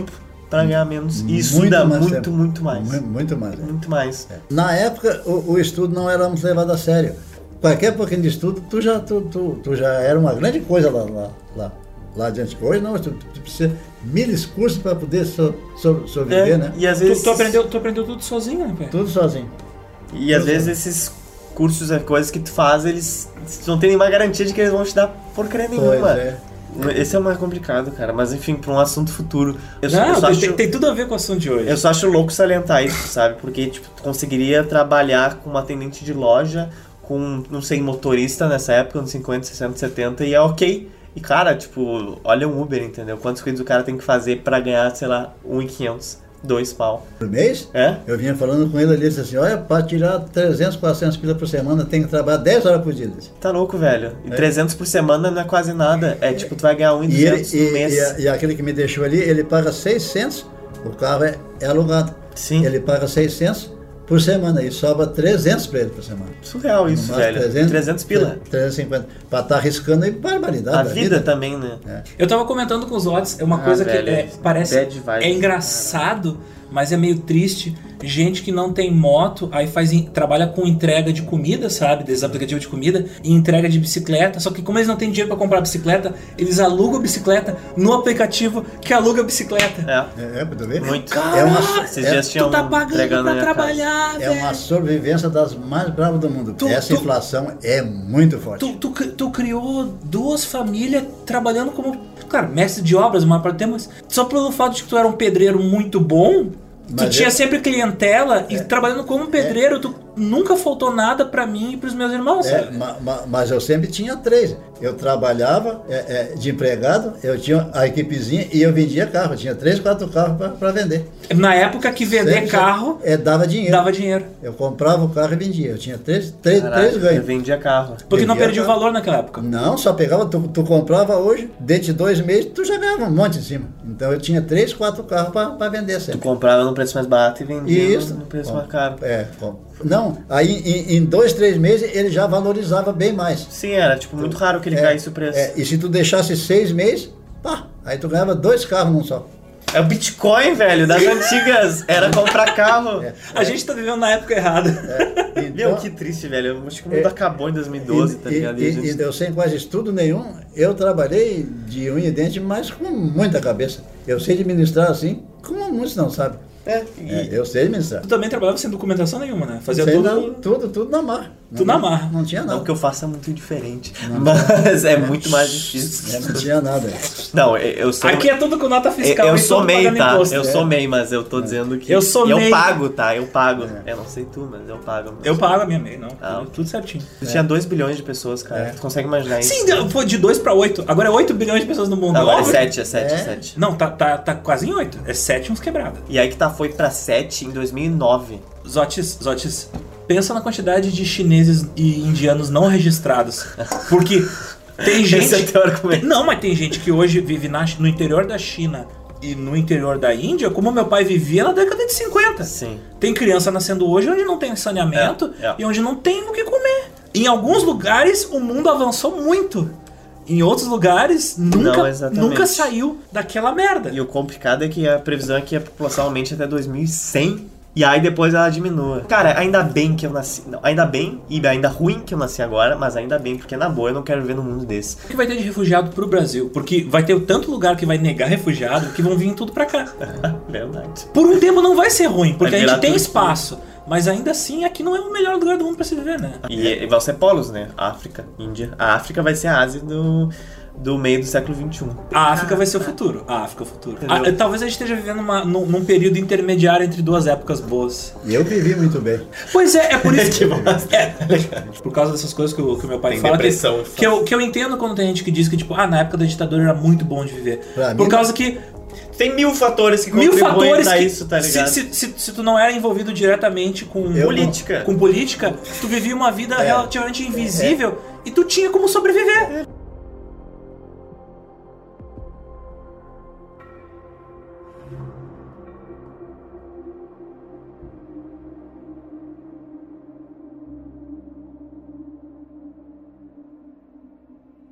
pra ganhar menos. E isso Muito dá mais muito, tempo. muito mais. Mu- Muito mais. é. Muito mais. Na época, o, o estudo não era muito levado a sério. Qualquer pouquinho de estudo, tu já, tu, tu, tu já era uma grande coisa lá, lá, lá, lá adiante. Hoje não, tu, tu precisa mil cursos para poder so, so, sobreviver, É, né? E às Tu, vezes. tu, aprendeu, tu aprendeu tudo sozinho, né, pai? Tudo sozinho. E às vezes esses cursos, é coisas que tu faz, eles tu não tem nenhuma garantia de que eles vão te dar porcaria Pois nenhuma. é. Esse é o mais complicado, cara. Mas enfim, pra um assunto futuro. Eu só, eu Não, só tem, acho, tem- tem tudo a ver com o assunto de hoje. eu só acho louco salientar isso, sabe? Porque, tipo, tu conseguiria trabalhar com uma atendente de loja, com, não sei, motorista nessa época, nos cinquenta, sessenta, setenta, e é ok. E, cara, tipo, olha um Uber, entendeu? Quantos coisas o cara tem que fazer pra ganhar, sei lá, um mil e quinhentos, dois pau. Por mês, É? eu vinha falando com ele ali, ele disse assim, olha, para tirar trezentos, quatrocentos pila por semana, tem que trabalhar dez horas por dia. Ele disse. Tá louco, velho. E trezentos por semana não é quase nada. É tipo, tu vai ganhar um e E, ele, duzentos e, no mês. e, a- e aquele que me deixou ali, ele paga seiscentos, o carro é, é alugado. Sim. Ele paga seiscentos por semana e sobra trezentos para ele por semana. Surreal isso, No máximo velho. trezentos, trezentos pila. trezentos e cinquenta. Para estar arriscando aí barbaridade. A da vida também, né? Eu tava comentando com os Otis, é uma Ah, coisa velho, que é, parece bad vibes. é engraçado, mas é meio triste. Gente que não tem moto, aí faz em- trabalha com entrega de comida, sabe? Desses aplicativos de comida, e entrega de bicicleta. Só que como eles não têm dinheiro pra comprar bicicleta, eles alugam a bicicleta no aplicativo que aluga a bicicleta. É. É, é para tu ver? Muito. É uma, Esses é, dias tinha Tu tá um pagando entregando pra na minha casa. trabalhar, é velho. uma sobrevivência das mais bravas do mundo. Tu- Essa tu- inflação é muito forte. Tu, tu, cri- tu criou duas famílias trabalhando como, claro, mestre de obras, mas para ter, mas só pelo fato de que tu era um pedreiro muito bom, tu Mas tinha eu- sempre clientela e trabalhando como pedreiro, tu nunca faltou nada pra mim e pros meus irmãos, É, sabe? ma- ma- mas eu sempre tinha três. Eu trabalhava é, é, de empregado, eu tinha a equipezinha e eu vendia carro. Eu tinha três, quatro carros para vender. Na época que vender Sempre carro é, dava dinheiro. dava dinheiro. Eu comprava o carro e vendia. Eu tinha três, três, Caraca, três eu ganhos. vendia carro. Porque não Vendia perdia o carro. valor naquela época. Não, só pegava, tu, tu comprava hoje, dentro de dois meses, tu já ganhava um monte em cima. Então eu tinha três, quatro carros para vender Tu sempre. comprava no preço mais barato e vendia Isso. no preço Bom, mais caro. É, bom. Não, aí em, em dois, três meses ele já valorizava bem mais. Sim, era tipo muito raro que ele É, caísse o preço. é, e se tu deixasse seis meses, pá, aí tu ganhava dois carros num só. É o Bitcoin, velho, das antigas. Era comprar carro. A gente tá vivendo na época errada. É, Meu, então, que triste, velho. Eu acho que o mundo É, acabou em dois mil e doze, e, tá ligado? e, E a e, gente- e eu sem quase estudo nenhum, eu trabalhei de unha e dente, mas com muita cabeça. Eu sei administrar assim, como muitos não sabem. É, e- É, eu sei administrar. Tu também trabalhava sem documentação nenhuma, né? Fazia Sei, tudo. não, tudo, tudo na marra. Tudo na marra. Não tinha Não nada. que eu faça muito diferente, mas é muito mais difícil. É, não tinha nada. Não, eu eu sou... Aqui é tudo com nota fiscal. Eu e sou tudo MEI, pagando tá? imposto. Eu É. sou MEI, mas eu tô dizendo que... Eu sou e eu MEI. pago, tá? Eu pago. Eu não sei tu, mas eu pago. Eu pago a minha MEI, não. Ah, tudo, tudo certinho. Tinha dois bilhões de pessoas, cara. É. Tu consegue imaginar isso? Sim, deu- foi de dois pra oito. Agora é oito bilhões de pessoas no mundo. Não, agora é Óbvio. sete, é sete, é É. sete. Não, tá, tá, tá quase em oito. É sete uns quebrados. E aí que tá, foi pra sete em dois mil e nove. Zotis, Zotis, pensa na quantidade de chineses e indianos não registrados. Porque tem Esse é gente... teu argumento. Não, mas tem gente que hoje vive na- no interior da China e no interior da Índia, como meu pai vivia na década de cinquenta. Sim. Tem criança nascendo hoje onde não tem saneamento É, é. e onde não tem o que comer. Em alguns lugares o mundo avançou muito. Em outros lugares nunca, Não, exatamente. nunca saiu daquela merda. E o complicado é que a previsão é que a população aumente até dois mil e cem. E aí depois ela diminua. Cara, ainda bem que eu nasci. Não, ainda bem e ainda ruim que eu nasci agora, mas ainda bem, porque na boa eu não quero viver num mundo desse. O que vai ter de refugiado pro Brasil? Porque vai ter tanto lugar que vai negar refugiado que vão vir tudo pra cá. Verdade. Por um tempo não vai ser ruim, porque Vai a gente virar tem tudo espaço. Mas ainda assim, aqui não é o melhor lugar do mundo pra se viver, né? E, e vão ser polos, né? África, Índia. A África vai ser a Ásia do, do meio do século vinte e um. A África vai ser o futuro. A África é o futuro. Entendeu? Ah, talvez a gente esteja vivendo uma- num, num período intermediário entre duas épocas boas. E eu vivi muito bem. Pois é, é por isso Que bosta. É, por causa dessas coisas que o, que o meu pai Tem fala. Que, depressão. que, eu, que eu entendo quando tem gente que diz que, tipo, ah, na época da ditadura era muito bom de viver. Pra Por mim, causa que Tem mil fatores que mil contribuem fatores pra que, isso, tá se, ligado? se, se, se tu não era envolvido diretamente com Eu Política. com política, tu vivia uma vida É. relativamente invisível e tu tinha como sobreviver.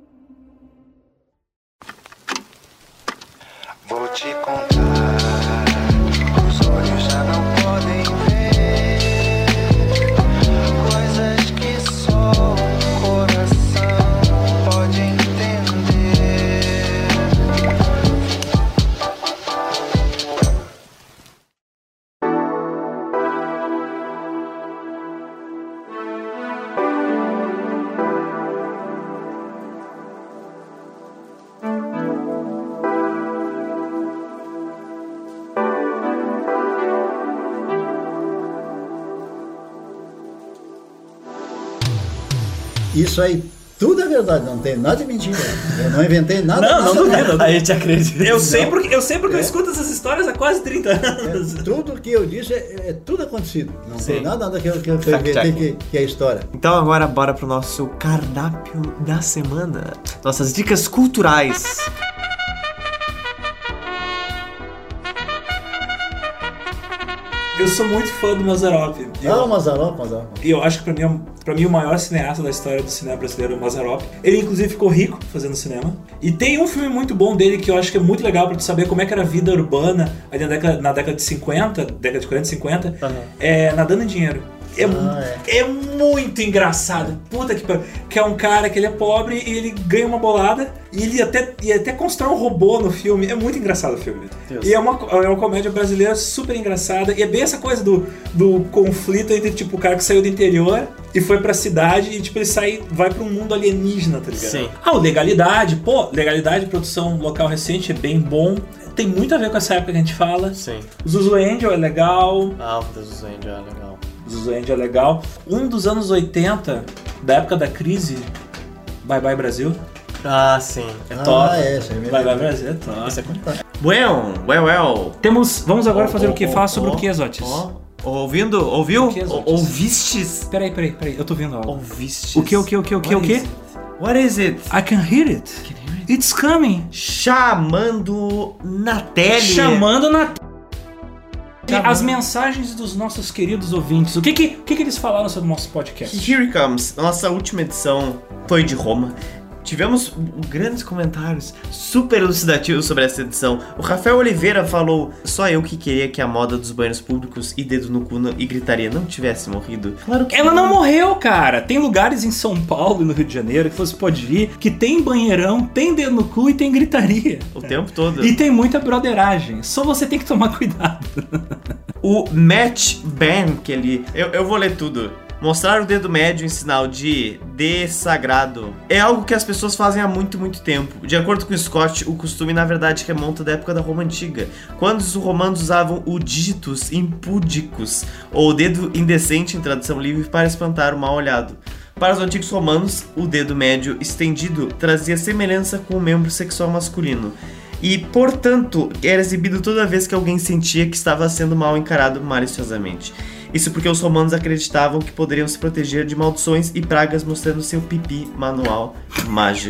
Vou te contar Isso aí, tudo é verdade, não tem nada de mentira. Eu não inventei nada. Não, não nada, duvido. A gente acredita. Eu sei porque, eu, sei porque É. eu escuto essas histórias há quase trinta anos. É, tudo que eu disse é, é tudo acontecido. Não Sim. tem nada, nada que eu, que eu que eu inventei Fact-checking. que, que é história. Então agora bora pro nosso cardápio da semana. Nossas dicas culturais. Eu sou muito fã do Mazzaropi. Eu- Ah, o Mazzaropi, Mazzaropi. E eu acho que pra mim, é- pra mim o maior cineasta da história do cinema brasileiro é o Mazzaropi. Ele inclusive ficou rico fazendo cinema. E tem um filme muito bom dele que eu acho que é muito legal pra tu saber como é que era a vida urbana ali na década, na década de cinquenta, década de quarenta, cinquenta, Uhum. é Nadando em Dinheiro. É, Ah, mu- é muito engraçado. Puta que pariu. Que é um cara que ele é pobre e ele ganha uma bolada e ele até, e até constrói um robô no filme. É muito engraçado o filme. Deus. E é uma, é uma comédia brasileira super engraçada. E é bem essa coisa do, do conflito entre tipo o cara que saiu do interior e foi pra cidade e tipo ele sai, vai pra um mundo alienígena, tá ligado? Sim. Ah, o Legalidade. Pô, Legalidade, produção local recente, é bem bom. Tem muito a ver com essa época que a gente fala. Sim. O Zuzu Angel é legal. Ah, o Deus do Zendio é legal. Zuzu Angel é legal. Um dos anos oitenta, da época da crise, Bye Bye Brasil. Ah, sim. É Ah, top. é, esse é Bye mesmo. Bye Brasil é top. Esse é top. Well, well, well. Temos, vamos agora Oh, fazer oh, o que? oh, Falar sobre oh, o que, Zotis? oh. Ouvindo? Ouviu? O que, Zotis? Ou- Ouvistes? Peraí, peraí, peraí, eu tô vendo algo. Ouvistes? O que, o que, o que, o que, o What que? is it? What is it? I can hear it. It's coming. Chamando na tele. Chamando na... As mensagens dos nossos queridos ouvintes. O que que, o que que eles falaram sobre o nosso podcast? Here it comes. Nossa última edição foi de Roma. Tivemos grandes comentários super elucidativos sobre essa edição. O Rafael Oliveira falou: só eu que queria que a moda dos banheiros públicos e dedo no cu e gritaria não tivesse morrido. Claro que Ela não morreu, cara. Tem lugares em São Paulo e no Rio de Janeiro que você pode ir que tem banheirão, tem dedo no cu e tem gritaria. O tempo todo. E tem muita broderagem. Só você tem que tomar cuidado. O Match Ban, que ele... Eu, eu vou ler tudo. Mostrar o dedo médio em sinal de desagrado é algo que as pessoas fazem há muito, muito tempo. De acordo com Scott, o costume na verdade remonta da época da Roma Antiga, quando os romanos usavam o digitus impudicus, ou dedo indecente em tradução livre, para espantar o mal-olhado. Para os antigos romanos, o dedo médio estendido trazia semelhança com o membro sexual masculino. E, portanto, era exibido toda vez que alguém sentia que estava sendo mal encarado maliciosamente. Isso porque os romanos acreditavam que poderiam se proteger de maldições e pragas mostrando seu pipi manual mágico.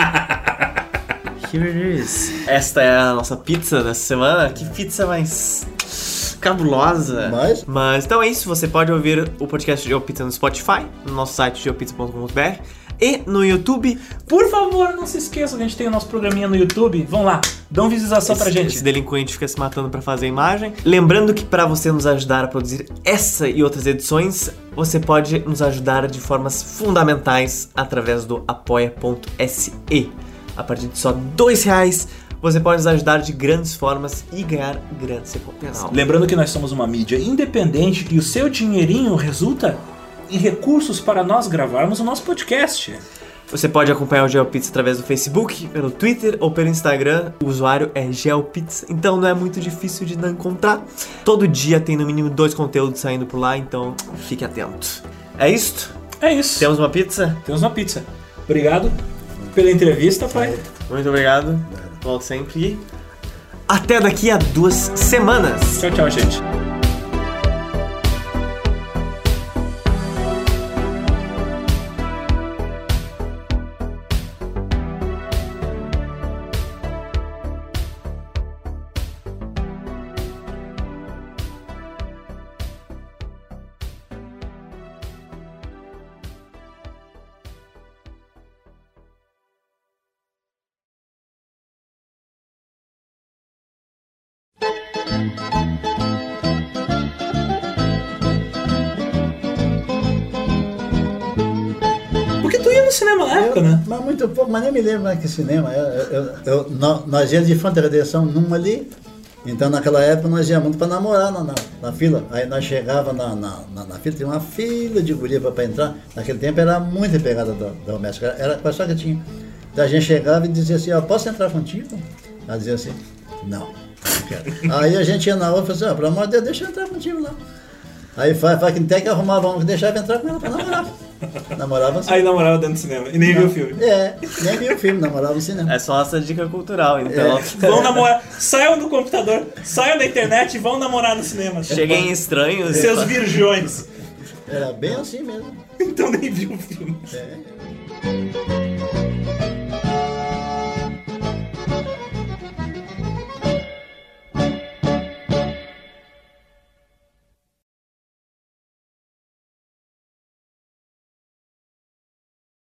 Here it is. Esta é a nossa pizza dessa semana. Que pizza mais cabulosa. Mas- Mas então é isso. Você pode ouvir o podcast GeoPizza no Spotify, no nosso site geopizza ponto com ponto b r e no YouTube. Por favor, não se esqueçam que a gente tem o nosso programinha no YouTube. Vão lá, dão visualização pra Esse- gente. Esse delinquente fica se matando pra fazer a imagem. Lembrando que para você nos ajudar a produzir essa e outras edições, você pode nos ajudar de formas fundamentais através do apoia ponto s e. A partir de só dois reais, você pode nos ajudar de grandes formas e ganhar grandes recompensas. Lembrando que nós somos uma mídia independente e o seu dinheirinho resulta em recursos para nós gravarmos o nosso podcast. Você pode acompanhar o GeoPizza através do Facebook, pelo Twitter ou pelo Instagram. O usuário é GeoPizza, então não é muito difícil de não encontrar. Todo dia tem no mínimo dois conteúdos saindo por lá, então fique atento. É isto? É isso. Temos uma pizza? Temos uma pizza. Obrigado pela entrevista, pai. Muito obrigado. Volto sempre. Até daqui a duas semanas. Tchau, tchau, gente. Porque tu ia no cinema na época, Eu- né? Mas muito pouco, mas nem me lembro mais que cinema. Eu, eu, eu- nó- nós íamos de frente à redenção numa ali, então naquela época nós íamos muito para namorar na, na, na fila. Aí nós chegava na, na, na, na fila, tinha uma fila de guria para entrar. Naquele tempo era muita pegada da, da doméstica, era quase só que tinha. Então a gente chegava e dizia assim, ó, posso entrar contigo? Ela dizia assim, não, não quero. Aí a gente ia na outra e falava assim, ó, pelo amor de Deus, deixa eu entrar contigo lá. Aí faz, faz que até que arrumava um que deixava entrar com ela pra namorar. Namorava assim. Aí namorava dentro do cinema e nem viu o filme. É, nem viu o filme, namorava no cinema. É só essa dica cultural, então. É. Vão namorar, saiam do computador, saiam da internet e vão namorar no cinema. Cheguem estranhos. Seus virgões. Era bem assim mesmo. Então nem viu o filme. É.